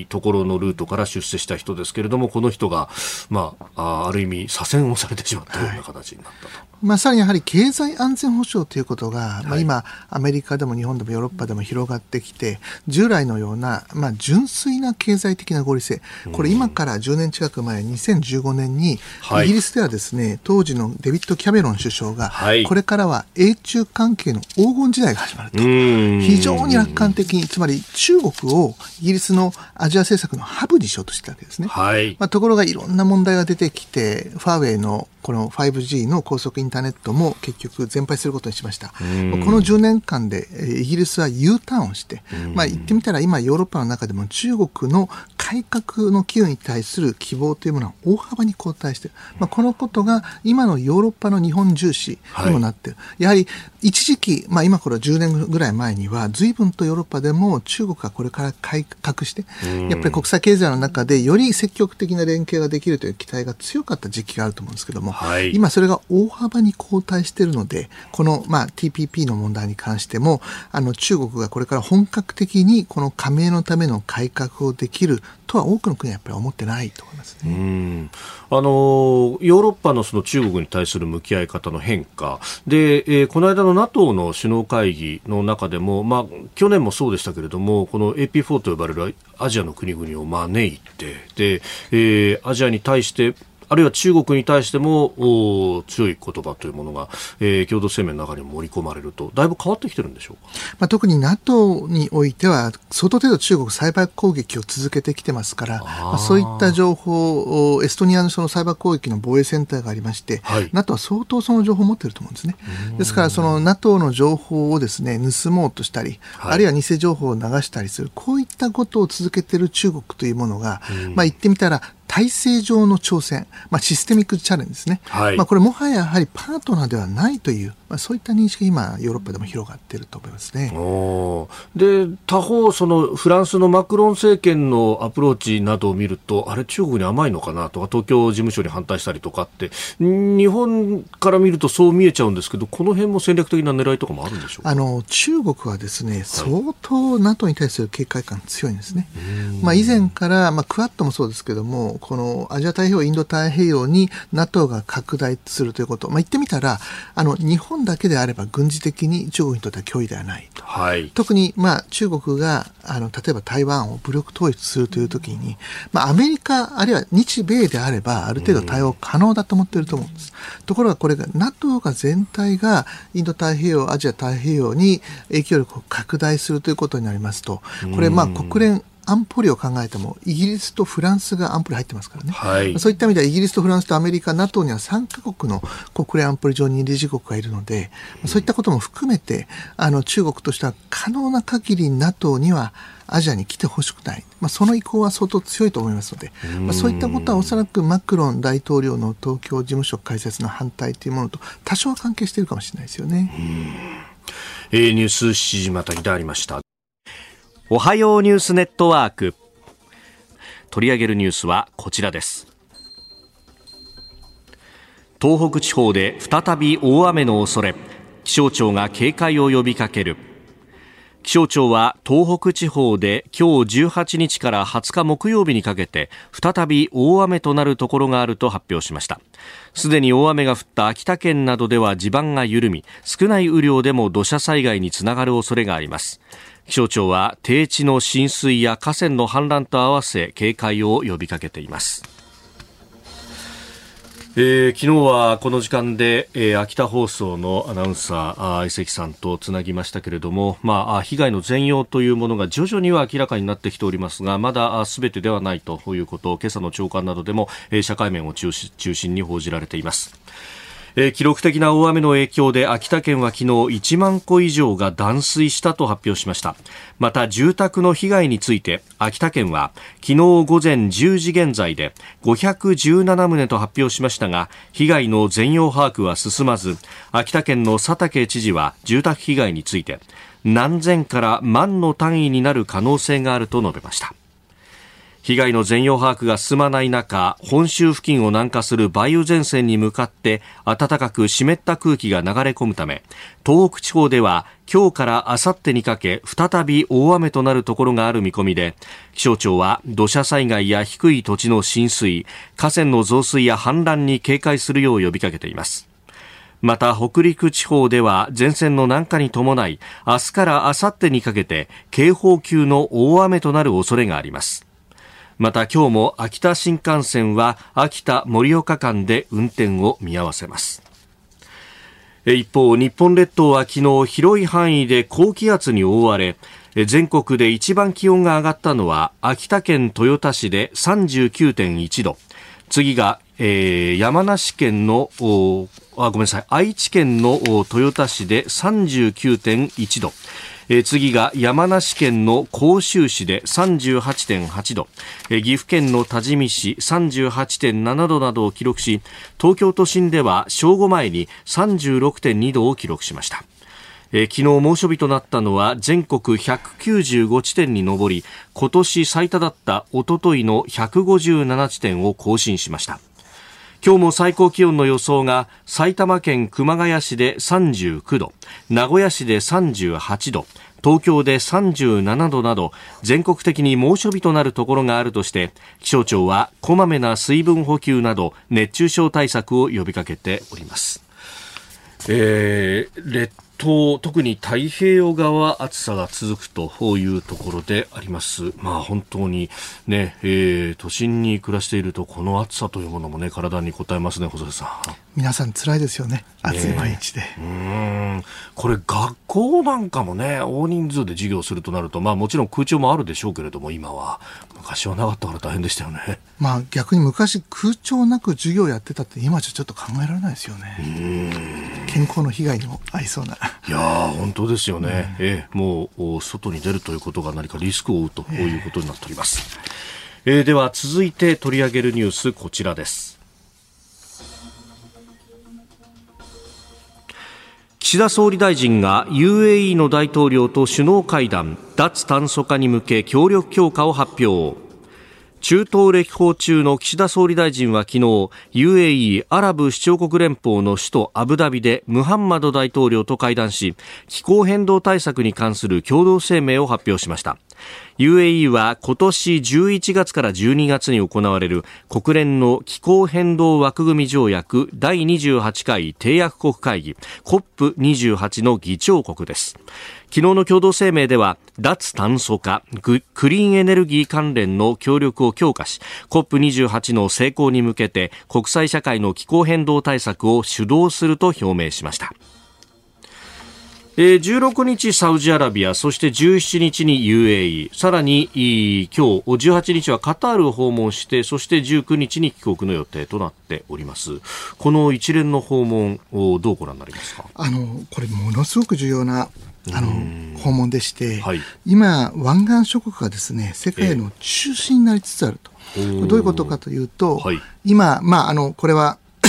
ところのルートから出世した人ですけれども、この人が、まあ、ある意味左遷をされてしまったような形になったと。はい、 まあ、さらにやはり経済安全保障ということが、はい、まあ、今アメリカでも日本でもヨーロッパでも広がってきて、従来のような、まあ、純粋な経済的な合理性、これ今からじゅうねん近く前にせんじゅうごねんにイギリスではですね、はい、当時のデビッド・キャメロン首相が、はい、これからは英中関係の黄金時代が始まると、非常に楽観的に、つまり中国をイギリスのアジア政策のハブにしようとしてたわけですね。はい、まあ、ところがいろんな問題が出てきて、ファーウェイのこの ファイブジー の高速インターネットも結局全廃することにしました。このじゅうねんかんでイギリスは U ターンをして、まあ、言ってみたら今ヨーロッパの中でも中国の改革の機運に対する希望というものは大幅に後退している。まあ、このことが今のヨーロッパの日本重視にもなっている。はい、やはり一時期、まあ、今からじゅうねんぐらい前には随分とヨーロッパでも中国がこれから改革して、やっぱり国際経済の中でより積極的な連携ができるという期待が強かった時期があると思うんですけども、はい、今それが大幅に後退しているので、この、まあ、ティーピーピー の問題に関してもあの中国がこれから本格的にこの加盟のための改革をできるとは多くの国はやっぱり思ってないと思いますね。 うん、あのヨーロッパのその中国に対する向き合い方の変化で、えー、この間の NATO の首脳会議の中でも、まあ、去年もそうでしたけれども、この エーピーフォー と呼ばれるアジアの国々を招いて、で、えー、アジアに対してあるいは中国に対しても強い言葉というものが、えー、共同声明の中に盛り込まれるとだいぶ変わってきてるんでしょうか。 まあ、特に NATO においては相当程度中国サイバー攻撃を続けてきてますから、まあ、そういった情報をエストニアのそのサイバー攻撃の防衛センターがありまして、はい、NATO は相当その情報を持っていると思うんですね。ですからその NATO の情報をですね盗もうとしたり、はい、あるいは偽情報を流したりする、こういったことを続けている中国というものが、まあ、言ってみたら体制上の挑戦、まあ、システミックチャレンジですね。はい、まあ、これもはややはりパートナーではないという、まあ、そういった認識が今ヨーロッパでも広がっていると思いますね。 おで他方そのフランスのマクロン政権のアプローチなどを見ると、あれ中国に甘いのかなとか、東京事務所に反対したりとかって日本から見るとそう見えちゃうんですけど、この辺も戦略的な狙いとかもあるんでしょうか。 あの中国はですね、相当 NATO に対する警戒感強いんですね。まあ、以前から、まあ、クアッドもそうですけども、このアジア太平洋、インド太平洋に NATO が拡大するということ、まあ、言ってみたらあの日本だけであれば軍事的に中国にとっては脅威ではないと。はい、特に、まあ、中国があの例えば台湾を武力統一するというときに、まあ、アメリカあるいは日米であればある程度対応可能だと思っていると思うんです。うん、ところがこれが NATO が全体がインド太平洋、アジア太平洋に影響力を拡大するということになりますと、これまあ国連安保理を考えてもイギリスとフランスが安保理入ってますからね。はい、そういった意味ではイギリスとフランスとアメリカ、 NATO にはさんカ国の国連安保理常任理事国がいるので、そういったことも含めてあの中国としては可能な限り NATO にはアジアに来てほしくない、まあ、その意向は相当強いと思いますので、まあ、そういったことはおそらくマクロン大統領の東京事務所開設の反対というものと多少は関係しているかもしれないですよね。 うん、えー、ニュースしちじまたぎでありました。おはようニュースネットワーク、取り上げるニュースはこちらです。 東北地方で再び大雨の恐れ、気象庁が警戒を呼びかける。気象庁は東北地方で今日じゅうはちにちからはつか木曜日にかけて再び大雨となるところがあると発表しました。すでに大雨が降った秋田県などでは地盤が緩み、少ない雨量でも土砂災害につながる恐れがあります。気象庁は低地の浸水や河川の氾濫と合わせ警戒を呼びかけています。えー、昨日はこの時間で、えー、秋田放送のアナウンサー伊関さんとつなぎましたけれども、まあ、被害の全容というものが徐々には明らかになってきておりますが、まだすべてではないということを今朝の朝刊などでも、えー、社会面を中心に報じられています。えー、記録的な大雨の影響で秋田県は昨日いちまんこ以上が断水したと発表しました。また住宅の被害について秋田県は昨日午前じゅうじ現在でごひゃくじゅうななとう発表しましたが、被害の全容把握は進まず、秋田県の佐竹知事は住宅被害について何千から万の単位になる可能性があると述べました。被害の全容把握が進まない中、本州付近を南下する梅雨前線に向かって暖かく湿った空気が流れ込むため、東北地方では今日から明後日にかけ再び大雨となるところがある見込みで、気象庁は土砂災害や低い土地の浸水、河川の増水や氾濫に警戒するよう呼びかけています。また北陸地方では前線の南下に伴い、明日から明後日にかけて警報級の大雨となる恐れがあります。また今日も秋田新幹線は秋田盛岡間で運転を見合わせます。一方、日本列島は昨日広い範囲で高気圧に覆われ、全国で一番気温が上がったのは秋田県豊田市で さんじゅうきゅうてんいちど、次が、えー、山梨県のあごめんなさい愛知県の豊田市で さんじゅうきゅうてんいちど、えー、次が山梨県の甲州市で さんじゅうはちてんはちど、えー、岐阜県の多治見市 さんじゅうはちてんななどなどを記録し、東京都心では正午前に さんじゅうろくてんにどを記録しました。えー、昨日猛暑日となったのは全国ひゃくきゅうじゅうごちてんに上り、今年最多だったおとといのひゃくごじゅうななちてんを更新しました。今日も最高気温の予想が埼玉県熊谷市でさんじゅうきゅうど、名古屋市でさんじゅうはちど、東京でさんじゅうななどなど全国的に猛暑日となるところがあるとして、気象庁はこまめな水分補給など熱中症対策を呼びかけております。えー、列島、特に太平洋側暑さが続くというところであります。まあ本当にね、えー、都心に暮らしているとこの暑さというものもね、体に応えますね、細瀬さん。 皆さん辛いですよね、暑い毎日で、ね、 うーんこれ学校なんかもね、大人数で授業するとなると、まあもちろん空調もあるでしょうけれども、今は昔はなかったから大変でしたよね。 まあ逆に昔空調なく授業やってたって今じゃちょっと考えられないですよね。うーん健康の被害にも合いそうな。 いやー本当ですよね、うんえー、もう外に出るということが何かリスクを負うということになっております、えーえー、では続いて取り上げるニュース、こちらです。岸田総理大臣が ユーエーイー の大統領と首脳会談、脱炭素化に向け協力強化を発表。中東歴訪中の岸田総理大臣は昨日 ユーエーイー アラブ首長国連邦の首都アブダビでムハンマド大統領と会談し、気候変動対策に関する共同声明を発表しました。ユーエーイー は今年じゅういちがつからじゅうにがつに行われる国連の気候変動枠組条約だいにじゅうはちかい締約国会議 コップにじゅうはち の議長国です。昨日の共同声明では、脱炭素化、クリーンエネルギー関連の協力を強化し、コップにじゅうはち の成功に向けて国際社会の気候変動対策を主導すると表明しました。えー、じゅうろくにちサウジアラビア、そしてじゅうしちにちに ユーエーイー、さらに今日じゅうはちにちはカタールを訪問して、そしてじゅうくにちに帰国の予定となっております。この一連の訪問をどうご覧になりますか？ あのこれものすごく重要なあの訪問でして、はい、今湾岸諸国がですね、世界の中心になりつつあると、えー、どういうことかというと、はい、今、まあ、あのこれは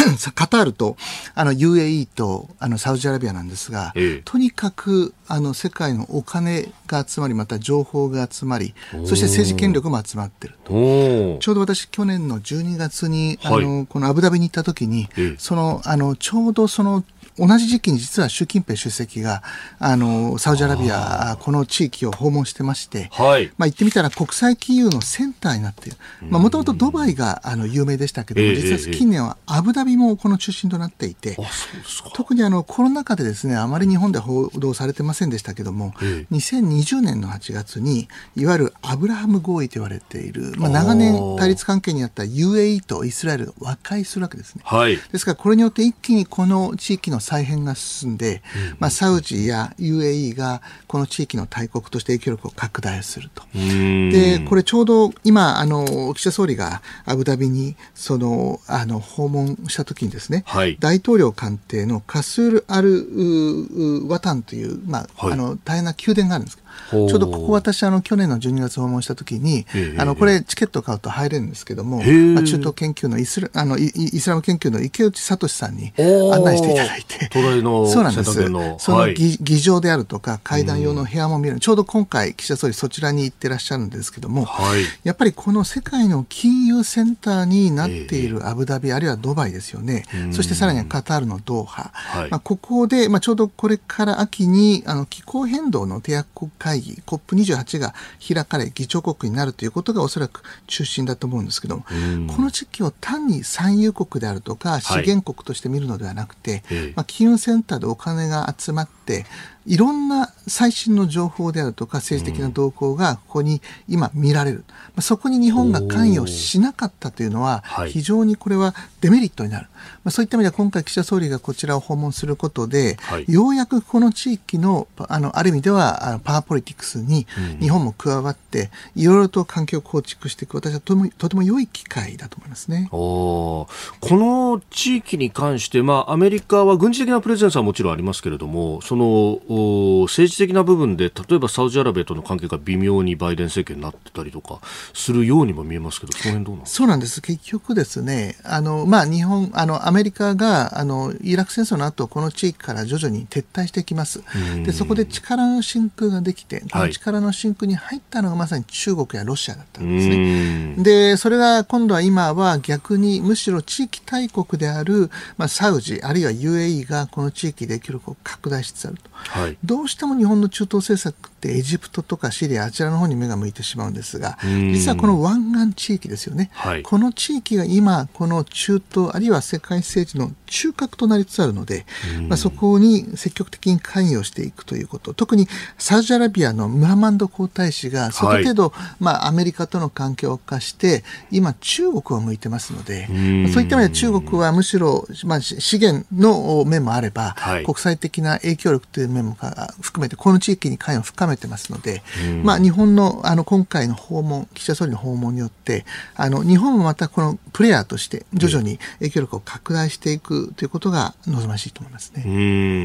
カタールとあの ユーエーイー とあのサウジアラビアなんですが、ええ、とにかくあの世界のお金が集まり、また情報が集まり、そして政治権力も集まっていると。ちょうど私去年のじゅうにがつに、はい、あのこのアブダビに行った時に、ええ、そのあのちょうどその同じ時期に実は習近平主席があのサウジアラビアこの地域を訪問してまして、はい、まあ、行ってみたら国際金融のセンターになっている。もともとドバイがあの有名でしたけども、えー、実は近年はアブダビもこの中心となっていて、えー、特にあのコロナ禍でですね、あまり日本で報道されてませんでしたけども、えー、にせんにじゅうねんのはちがつにいわゆるアブラハム合意と言われている、まあ、長年対立関係にあった ユーエーイー とイスラエルが和解するわけですね、はい、ですからこれによって一気にこの地域の再編が進んで、うん、まあ、サウジや ユーエーイー がこの地域の大国として影響力を拡大すると。でこれちょうど今あの岸田総理がアブダビにそのあの訪問した時にですね、はい、大統領官邸のカスール・アル・ワタンという、まあ、はい、あの大変な宮殿があるんです。ちょうどここ私あの去年のじゅうにがつ訪問した時に、あのこれチケット買うと入れるんですけども、まあ、中東研究のイスラあのイスラム研究の池内聡さんに案内していただいて、 のそうなんです。その議、議場であるとか会談用の部屋も見る、ちょうど今回岸田総理そちらに行ってらっしゃるんですけども、はい、やっぱりこの世界の金融センターになっているアブダビ、あるいはドバイですよね。そしてさらにはカタールのドーハ、はい、まあ、ここで、まあ、ちょうどこれから秋にあの気候変動の締約国会議 コップにじゅうはち が開かれ議長国になるということがおそらく中心だと思うんですけども、この地域を単に産油国であるとか資源国として見るのではなくて、はい、まあ、金融センターでお金が集まっていろんな最新の情報であるとか政治的な動向がここに今見られる、まあ、そこに日本が関与しなかったというのは非常にこれはデメリットになる、まあ、そういった意味では今回岸田総理がこちらを訪問することで、はい、ようやくこの地域の あのある意味ではあのパワーポリティクスに日本も加わっていろいろと関係を構築していく、私はとても、とても良い機会だと思いますね。 おこの地域に関して、まあ、アメリカは軍事的なプレゼンスはもちろんありますけれども、その政治的な部分で例えばサウジアラビアとの関係が微妙にバイデン政権になってたりとかするようにも見えますけど、その辺どうなんですか？ そうなんです。結局ですね、あの、まあ、日本あのアメリカがあのイラク戦争の後この地域から徐々に撤退してきます。でそこで力の真空ができて、この力の真空に入ったのがまさに中国やロシアだったんですね。でそれが今度は今は逆にむしろ地域大国である、まあ、サウジあるいは ユーエーイー がこの地域で影響力を拡大しつつあると、はい、どうしても日本の中東政策ってエジプトとかシリアあちらの方に目が向いてしまうんですが、実はこの湾岸地域ですよね、はい、この地域が今この中東あるいは世界政治の中核となりつつあるので、まあ、そこに積極的に関与していくということ、特にサウジアラビアのムハマド皇太子がその程度、はい、まあ、アメリカとの関係を化して今中国を向いてますので、そういった意味で中国はむしろ、まあ、資源の面もあれば、はい、国際的な影響力という面も含めてこの地域に関与を深めてますので、まあ、日本 の, あの今回の訪問岸田総理の訪問によってあの日本もまたこのプレイヤーとして徐々に影響力を拡大していくということが望ましいと思いますね。 うん、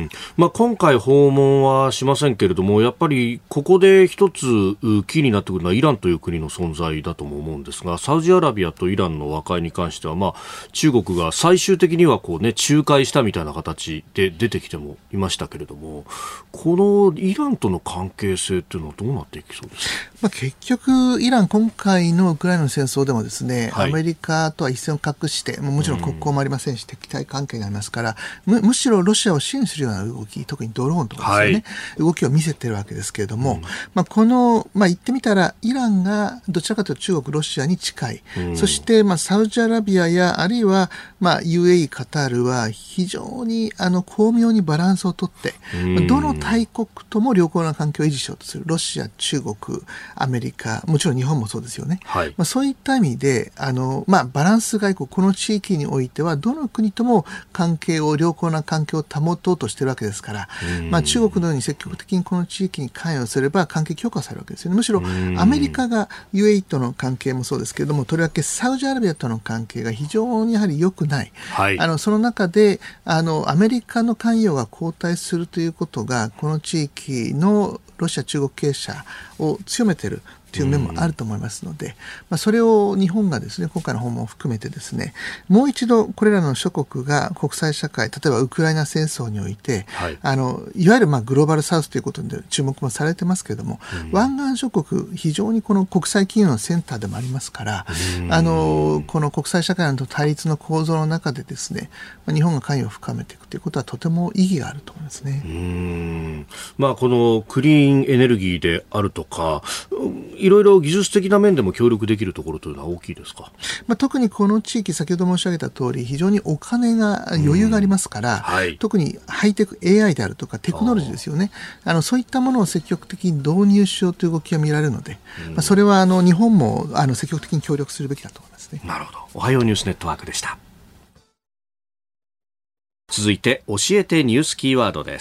まあ、今回訪問はしませんけれども、やっぱりここで一つキーになってくるのはイランという国の存在だとも思うんですが、サウジアラビアとイランの和解に関しては、まあ、中国が最終的にはこう、ね、仲介したみたいな形で出てきてもいましたけれども、このイランとの関係性というのはどうなっていきそうですか？ まあ、結局イラン今回のウクライナの戦争でもですね、はい、アメリカとは一線を画して、もちろん国交もありませんし、うん、敵対関係がありますから、 む, むしろロシアを支援するような動き、特にドローンとかですよね、はい、動きを見せているわけですけれども、うん、まあ、この、まあ、言ってみたらイランがどちらかというと中国ロシアに近い、うん、そして、まあ、サウジアラビアやあるいは、まあ、ユーエーイー カタールは非常にあの巧妙にバランスをとって、うん、どの大国とも良好な関係を維持しようとする、ロシア、中国、アメリカ、もちろん日本もそうですよね、はい、まあ、そういった意味であの、まあ、バランス外交、この地域においてはどの国とも関係を良好な関係を保とうとしているわけですから、まあ、中国のように積極的にこの地域に関与すれば関係強化されるわけですよね。むしろアメリカが ユーエーイー との関係もそうですけれども、とりわけサウジアラビアとの関係が非常にやはり良くない、はい、あのその中であのアメリカの関与が後退するということがこの地域のロシア中国経営者を強めているとという面もあると思いますので、まあ、それを日本がですね、今回の訪問を含めてですね、もう一度これらの諸国が国際社会、例えばウクライナ戦争において、はい、あのいわゆるまあグローバルサウスということで注目もされてますけれども、うん、湾岸諸国、非常にこの国際企業のセンターでもありますから、うん、あのこの国際社会の対立の構造の中でですね、日本が関与を深めていくということはとても意義があると思いますね。 うーん、まあ、このクリーンエネルギーであるとか、いろいろ技術的な面でも協力できるところというのは大きいですか。 まあ、特にこの地域、先ほど申し上げた通り、非常にお金が余裕がありますから、はい、特にハイテク エーアイ であるとかテクノロジーですよね。あのそういったものを積極的に導入しようという動きが見られるので、まあ、それはあの日本もあの積極的に協力するべきだと思いますね。 なるほど。おはようニュースネットワークでした。続いて教えてニュースキーワードです。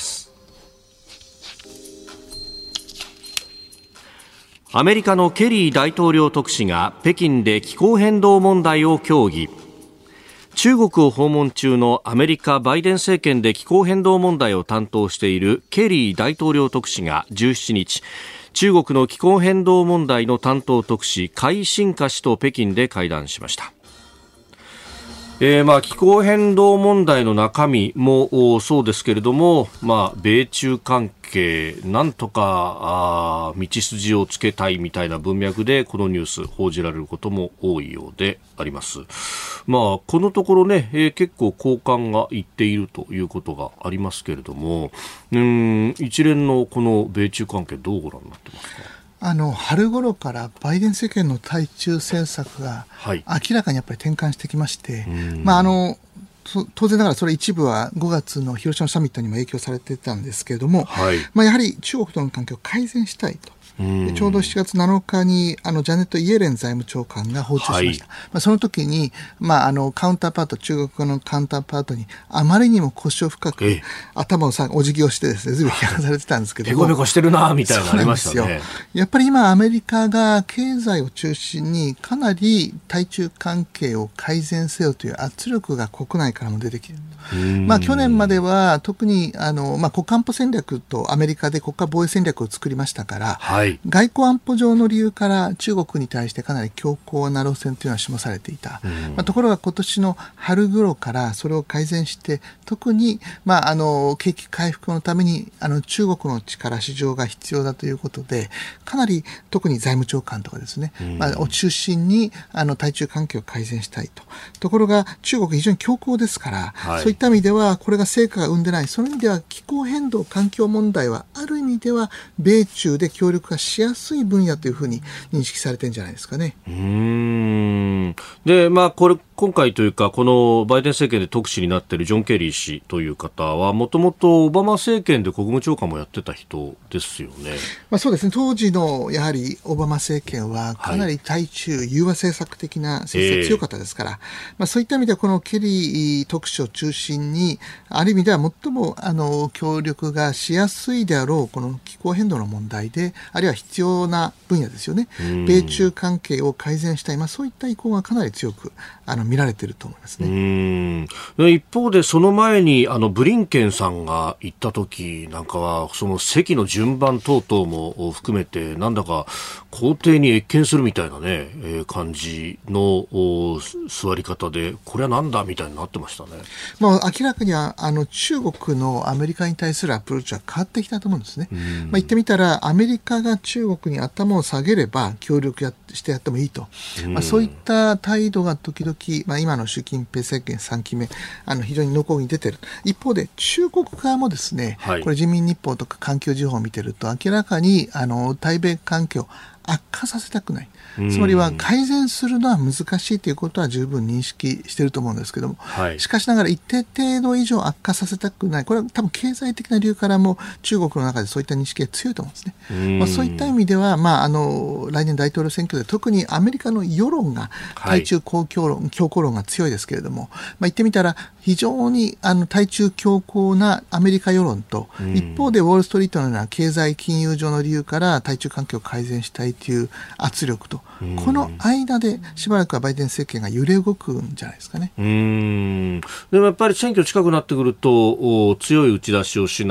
アメリカのケリー大統領特使が北京で気候変動問題を協議。中国を訪問中のアメリカバイデン政権で気候変動問題を担当しているケリー大統領特使がじゅうしちにち、中国の気候変動問題の担当特使海新華氏と北京で会談しました。えーまあ、気候変動問題の中身もそうですけれども、まあ、米中関係なんとかあ道筋をつけたいみたいな文脈でこのニュース報じられることも多いようであります。まあ、このところね、えー、結構好感がいっているということがありますけれども、うーん、一連のこの米中関係どうご覧になってますか。 あの春頃からバイデン政権の対中政策が明らかにやっぱり転換してきまして、はい、まあ、あの当然ながらそれ一部はごがつの広島サミットにも影響されていたんですけれども、はい、まあ、やはり中国との関係を改善したいと。ちょうどしちがつなのかにあのジャネット・イエレン財務長官が訪中しました。はい、まあ、その時に、まあ、あのカウンターパート、中国のカウンターパートにあまりにも腰を深く頭をさお辞儀をしてですね、ずいぶん批判されてたんですけども、 ペコペコしてるなみたいなのありましたね。 やっぱり今アメリカが経済を中心にかなり対中関係を改善せよという圧力が国内からも出てきている。まあ、去年までは特にあの、まあ、国家安保戦略とアメリカで国家防衛戦略を作りましたから、はい、外交安保上の理由から中国に対してかなり強硬な路線というのは示されていた。まあ、ところが今年の春頃からそれを改善して特に、まあ、あの景気回復のためにあの中国の力市場が必要だということでかなり特に財務長官とかですね、まあ、を中心にあの対中関係を改善したいと。ところが中国非常に強硬ですから、はい、そういった意味ではこれが成果が生んでない。その意味では気候変動環境問題はある意味では米中で協力がしやすい分野というふうに認識されてるんじゃないですかね。 うーんで、まあ、これ今回というかこのバイデン政権で特使になっているジョン・ケリー氏という方はもともとオバマ政権で国務長官もやってた人ですよね。 まあ、そうですね。当時のやはりオバマ政権はかなり対中融和政策的な政策が強かったですから、はい、まあ、そういった意味ではこのケリー特使を中心にある意味では最もあの協力がしやすいであろうこの気候変動の問題であるいは必要な分野ですよね。米中関係を改善したい、まあ、そういった意向がかなり強くあの見られていると思いますね。 うーん一方でその前にあのブリンケンさんが行った時なんかはその席の順番等々も含めてなんだか皇帝に謁見するみたいなね、えー、感じの座り方でこれはなんだみたいになってましたね。 まあ、明らかにあの中国のアメリカに対するアプローチは変わってきたと思うんですね。まあ、言ってみたらアメリカが中国に頭を下げれば協力やしてやってもいいと、まあ、そういった態度が時々、まあ、今の習近平政権さんきめあの非常に濃厚に出ている。一方で中国側もですね、はい、これ人民日報とか環球時報を見てると明らかにあの対米関係を悪化させたくない。つまりは改善するのは難しいということは十分認識していると思うんですけども、はい、しかしながら一定程度以上悪化させたくない。これは多分経済的な理由からも中国の中でそういった認識が強いと思うんですね。まあ、そういった意味では、まあ、あの来年大統領選挙で特にアメリカの世論が対中強硬論、はい、強硬論が強いですけれども、まあ、言ってみたら非常にあの対中強硬なアメリカ世論と一方でウォールストリートのような経済金融上の理由から対中関係を改善したいという圧力とこの間でしばらくはバイデン政権が揺れ動くんじゃないですかね。 うーんでもやっぱり選挙近くなってくると強い打ち出しをしない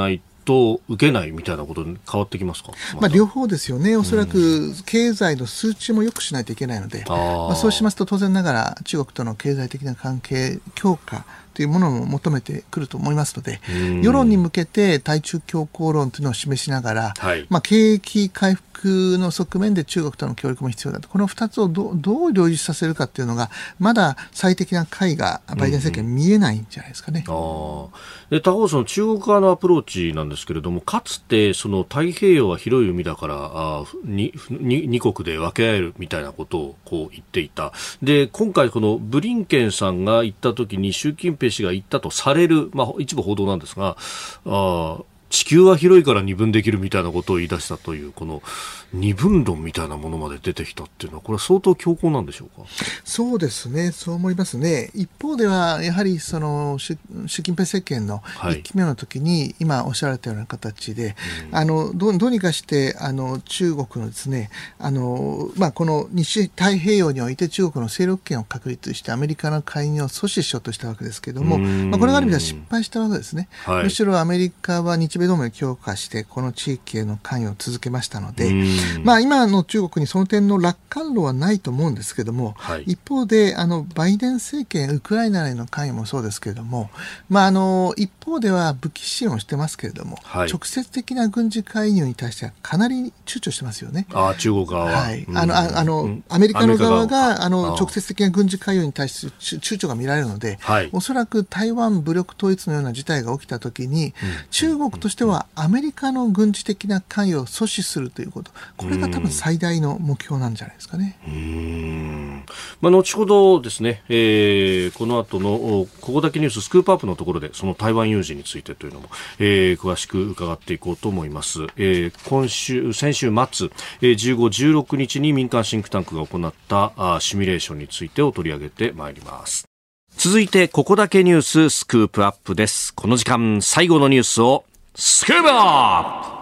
と受けないみたいなことに変わってきますか？ままあ、両方ですよね。おそらく経済の数値も良くしないといけないので、うんまあ、そうしますと当然ながら中国との経済的な関係強化というものも求めてくると思いますので、世論に向けて対中強硬論というのを示しながら、はいまあ、景気回復の側面で中国との協力も必要だと、このふたつを ど, どう両立させるかというのがまだ最適な解がバイデン政権見えないんじゃないですかね。 うんうん、あで他方その中国側のアプローチなんですけれども、かつてその太平洋は広い海だからあ に, に, に国で分け合えるみたいなことをこう言っていた。で今回このブリンケンさんが行った時に習近平氏が言ったとされる、まあ、一部報道なんですが、あ地球は広いから二分できるみたいなことを言い出したというこの二分論みたいなものまで出てきたっていうのは、これは相当強硬なんでしょうか？ そうですね、そう思いますね。一方ではやはりその習近平政権のいっきめの時に、はい、今おっしゃられたような形で、うん、あの ど, どうにかしてあの中国のですね、あの、まあ、この西太平洋において中国の勢力圏を確立してアメリカの介入を阻止しようとしたわけですけれども、まあ、これがある意味では失敗したわけですね、はい、むしろアメリカは日米同盟を強化してこの地域への関与を続けましたので、まあ、今の中国にその点の楽観論はないと思うんですけれども、はい、一方であのバイデン政権ウクライナへの関与もそうですけれども、まあ、あの一方では武器支援をしてますけれども、はい、直接的な軍事介入に対してはかなり躊躇してますよね。 あ中国側は、 はい、あのああの、うん、アメリカの側があの直接的な軍事介入に対して躊躇が見られるので、はい、おそらく台湾武力統一のような事態が起きたときに、うん、中国としてはアメリカの軍事的な関与を阻止するということ、これが多分最大の目標なんじゃないですかね。 うーん、まあ、後ほどですね、えー、この後のここだけニューススクープアップのところでその台湾有事についてというのも、えー、詳しく伺っていこうと思います。えー、今週先週末、えー、じゅうご、じゅうろくにちに民間シンクタンクが行ったあシミュレーションについてを取り上げてまいります。続いてここだけニューススクープアップです。この時間最後のニュースをスクープアップ。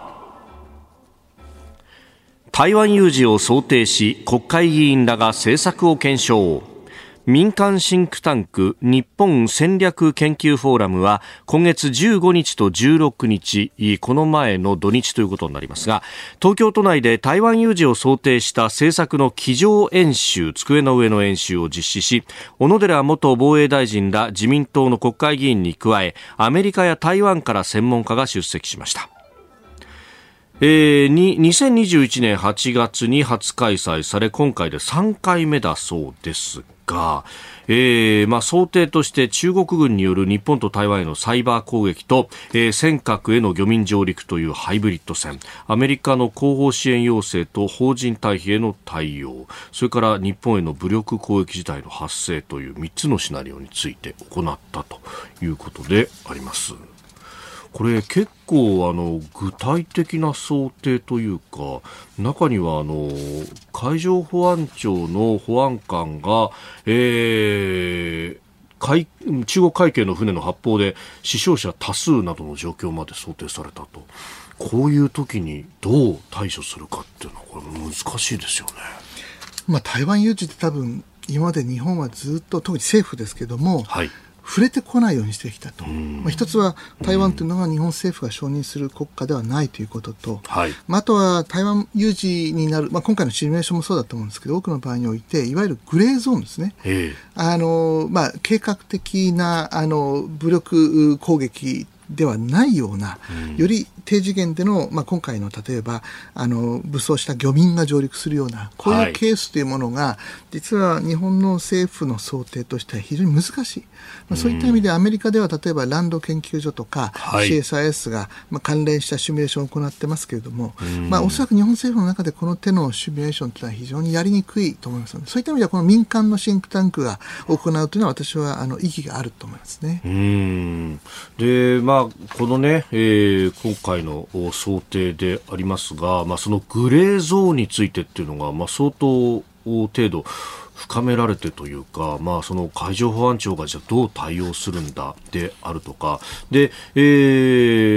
台湾有事を想定し国会議員らが政策を検証。民間シンクタンク日本戦略研究フォーラムは今月じゅうごにちとじゅうろくにち、この前の土日ということになりますが、東京都内で台湾有事を想定した政策の机上演習、机の上の演習を実施し、小野寺元防衛大臣ら自民党の国会議員に加え、アメリカや台湾から専門家が出席しました。えー、ににせんにじゅういちねんはちがつに初開催され、今回でさんかいめだそうですが、えーまあ、想定として中国軍による日本と台湾へのサイバー攻撃と、えー、尖閣への漁民上陸というハイブリッド戦、アメリカの後方支援要請と邦人退避への対応、それから日本への武力攻撃事態の発生というみっつのシナリオについて行ったということであります。これ結構あの具体的な想定というか、中にはあの海上保安庁の保安官が、えー、海中国海警の船の発砲で死傷者多数などの状況まで想定されたと。こういう時にどう対処するかっていうのはこれ難しいですよね。 まあ、台湾有事って多分今まで日本はずっと特に政府ですけども、はい、触れてこないようにしてきたと。まあ、一つは台湾というのが日本政府が承認する国家ではないということと、はい、まあ、あとは台湾有事になる、まあ、今回のシミュレーションもそうだと思うんですけど、多くの場合においていわゆるグレーゾーンですね、あの、まあ、計画的なあの武力攻撃ではないような、うん、より低次元での、まあ、今回の例えばあの武装した漁民が上陸するようなこういうケースというものが、はい、実は日本の政府の想定としては非常に難しい、まあ、そういった意味でアメリカでは例えばランド研究所とか、はい、シーエスアイエス が、まあ、関連したシミュレーションを行ってますけれども、まあ、おそらく日本政府の中でこの手のシミュレーションというのは非常にやりにくいと思いますので、そういった意味ではこの民間のシンクタンクが行うというのは私はあの意義があると思いますね。 うーんで、まあ、このね、えー、今回の想定でありますが、まあ、そのグレーゾーンについてっていうのが、まあ、相当程度深められてというか、まあ、その海上保安庁がじゃあどう対応するんだであるとかで、えー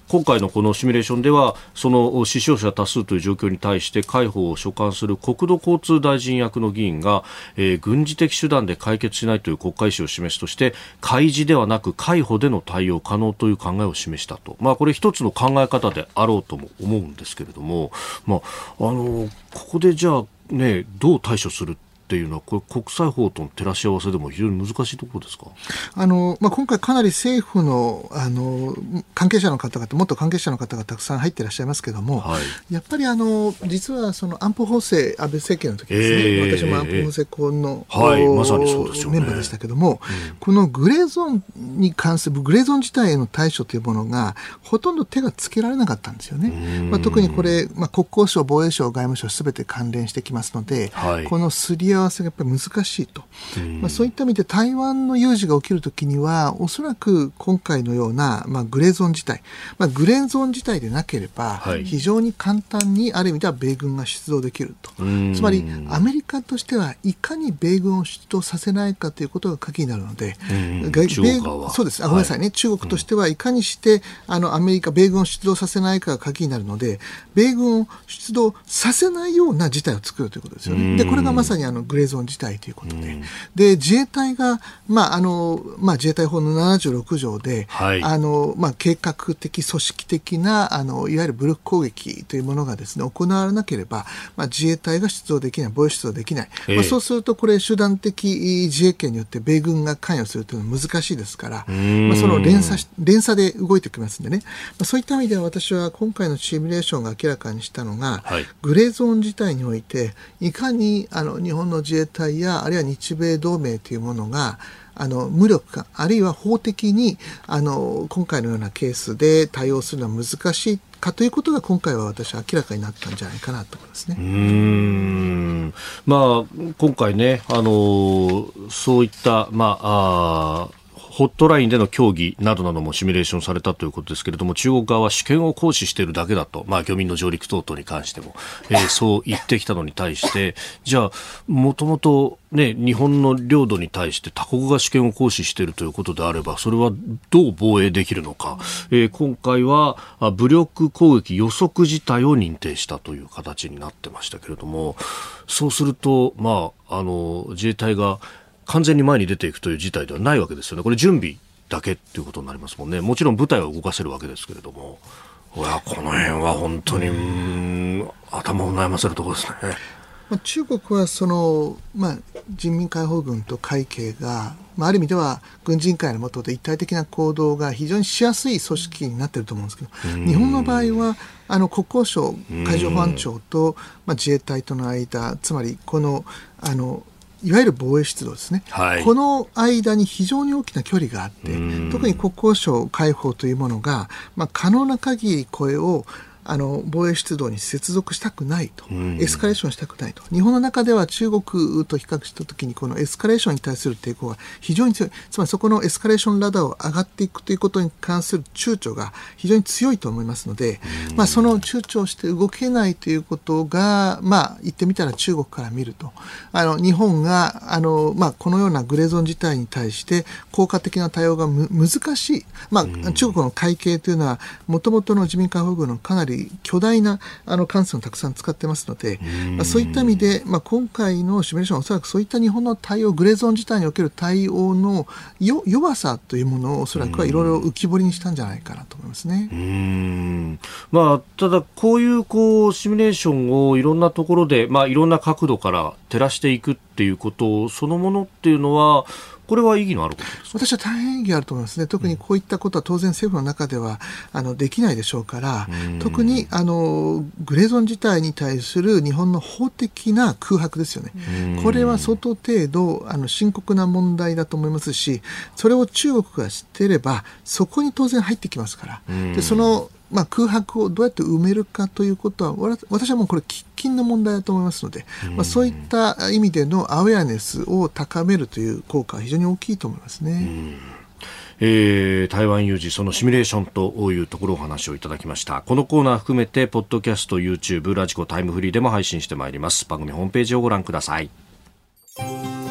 今回のこのシミュレーションではその死傷者多数という状況に対して海保を所管する国土交通大臣役の議員が、えー、軍事的手段で解決しないという国会意思を示すとして海事ではなく海保での対応可能という考えを示したと、まあ、これ一つの考え方であろうとも思うんですけれども、まあ、あのここでじゃあ、ね、どう対処するっていうのはこれ国際法との照らし合わせでも非常に難しいところですか。 あの、まあ、今回かなり政府の、あの関係者の方々元関係者の方がたくさん入っていらっしゃいますけども、はい、やっぱりあの実はその安保法制安倍政権の時ですね、えー、私も安保法制校の、 えーはいまさにそうですよね、 メンバーでしたけども、うん、このグレーゾーンに関するグレーゾーン自体への対処というものがほとんど手がつけられなかったんですよね。まあ、特にこれ、まあ、国交省防衛省外務省すべて関連してきますので、はい、このすり合わせがやっぱり難しい難しいと、まあ、そういった意味で台湾の有事が起きるときにはおそらく今回のような、まあ、グレーゾーン事態、まあ、グレーゾーン事態でなければ、はい、非常に簡単にある意味では米軍が出動できると。つまりアメリカとしてはいかに米軍を出動させないかということが鍵になるので、 中国はそうですあごめんなさいね、はい、中国としてはいかにしてあのアメリカ米軍を出動させないかが鍵になるので米軍を出動させないような事態を作るということですよね。でこれがまさにあのグレーゾーン事態ということで、うん、で自衛隊が、まああのまあ、自衛隊法のななじゅうろく条で、はいあのまあ、計画的組織的なあのいわゆる武力攻撃というものがですね行われなければ、まあ、自衛隊が出動できない防衛出動できない、えーまあ、そうするとこれ集団的自衛権によって米軍が関与するというのは難しいですから、まあ、その連鎖連鎖で動いてきますんでね、まあ、そういった意味では私は今回のシミュレーションが明らかにしたのが、はい、グレーゾーン事態においていかにあの日本の自衛隊やあるいは日米同盟というものがあの無力かあるいは法的にあの今回のようなケースで対応するのは難しいかということが今回は私は明らかになったんじゃないかなと思いますね。 うーん、まあ、今回ねあのそういった、まあ、あホットラインでの協議などなどもシミュレーションされたということですけれども中国側は主権を行使しているだけだと、まあ、漁民の上陸等々に関しても、えー、そう言ってきたのに対してじゃあもともとね、日本の領土に対して他国が主権を行使しているということであればそれはどう防衛できるのか、えー、今回は武力攻撃予測事態を認定したという形になってましたけれどもそうすると、まあ、あの自衛隊が完全に前に出ていくという事態ではないわけですよね。これ準備だけということになりますもんね。もちろん部隊は動かせるわけですけれどもいやこの辺は本当にうーん頭を悩ませるところですね。 まあ、中国はその、まあ、人民解放軍と海警が、まあ、ある意味では軍人会の下で一体的な行動が非常にしやすい組織になっていると思うんですけど日本の場合はあの国交省海上保安庁と、まあ、自衛隊との間つまりこのあのいわゆる防衛出動ですね、はい、この間に非常に大きな距離があって特に国交省海保というものが、まあ、可能な限りこれをあの防衛出動に接続したくないと、エスカレーションしたくないと。日本の中では中国と比較したときにこのエスカレーションに対する抵抗が非常に強い。つまりそこのエスカレーションラダーを上がっていくということに関する躊躇が非常に強いと思いますので、まあ、その躊躇して動けないということが、まあ、言ってみたら中国から見るとあの日本があの、まあ、このようなグレーゾーン事態に対して効果的な対応がむ難しい、まあ、中国の海警というのはもともとの自民解放軍のかなり巨大なあの艦船をたくさん使ってますので、まあ、そういった意味で、まあ、今回のシミュレーションはおそらくそういった日本の対応グレーゾーン事態における対応のよ弱さというものをおそらくはいろいろ浮き彫りにしたんじゃないかなと思いますね。 うーん、まあ、ただこういう、こうシミュレーションをいろんなところで、まあ、いろんな角度から照らしていくっていうことそのものっていうのはこれは意義のあることですか。 私は大変意義あると思いますね。特にこういったことは当然政府の中ではあのできないでしょうから、特にあのグレーゾーン事態に対する日本の法的な空白ですよね。これは相当程度あの深刻な問題だと思いますし、それを中国が知っていればそこに当然入ってきますから、でそのまあ、空白をどうやって埋めるかということは私はもうこれ喫緊の問題だと思いますので、まあ、そういった意味でのアウェアネスを高めるという効果は非常に大きいと思いますね。うんえー、台湾有事そのシミュレーションというところをお話をいただきました。このコーナー含めてポッドキャスト YouTube ラジコタイムフリーでも配信してまいります。番組ホームページをご覧ください。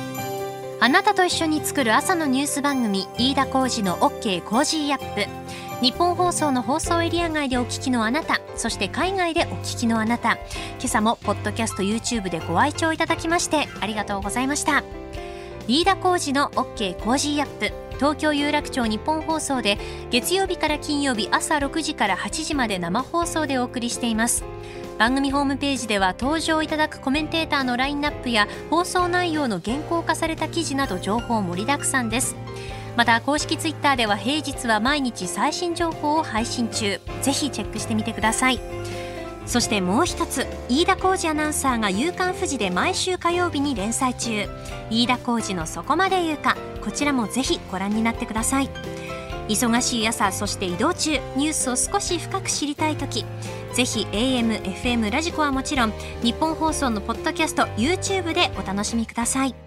あなたと一緒に作る朝のニュース番組飯田浩司の OK コージーアップ。 日本放送の放送エリア外でお聞きのあなた、そして海外でお聞きのあなた、今朝もポッドキャスト YouTube でご愛聴いただきましてありがとうございました。飯田浩司の OK コージーアップ、東京有楽町日本放送で月曜日から金曜日朝ろくじからはちじまで生放送でお送りしています。番組ホームページでは登場いただくコメンテーターのラインナップや放送内容の原稿化された記事など情報盛りだくさんです。また公式ツイッターでは平日は毎日最新情報を配信中、ぜひチェックしてみてください。そしてもう一つ、飯田浩司アナウンサーが夕刊フジで毎週火曜日に連載中、飯田浩司のそこまで言うか、こちらもぜひご覧になってください。忙しい朝、そして移動中、ニュースを少し深く知りたいとき、ぜひ エーエム、エフエム ラジコはもちろん日本放送のポッドキャスト YouTube でお楽しみください。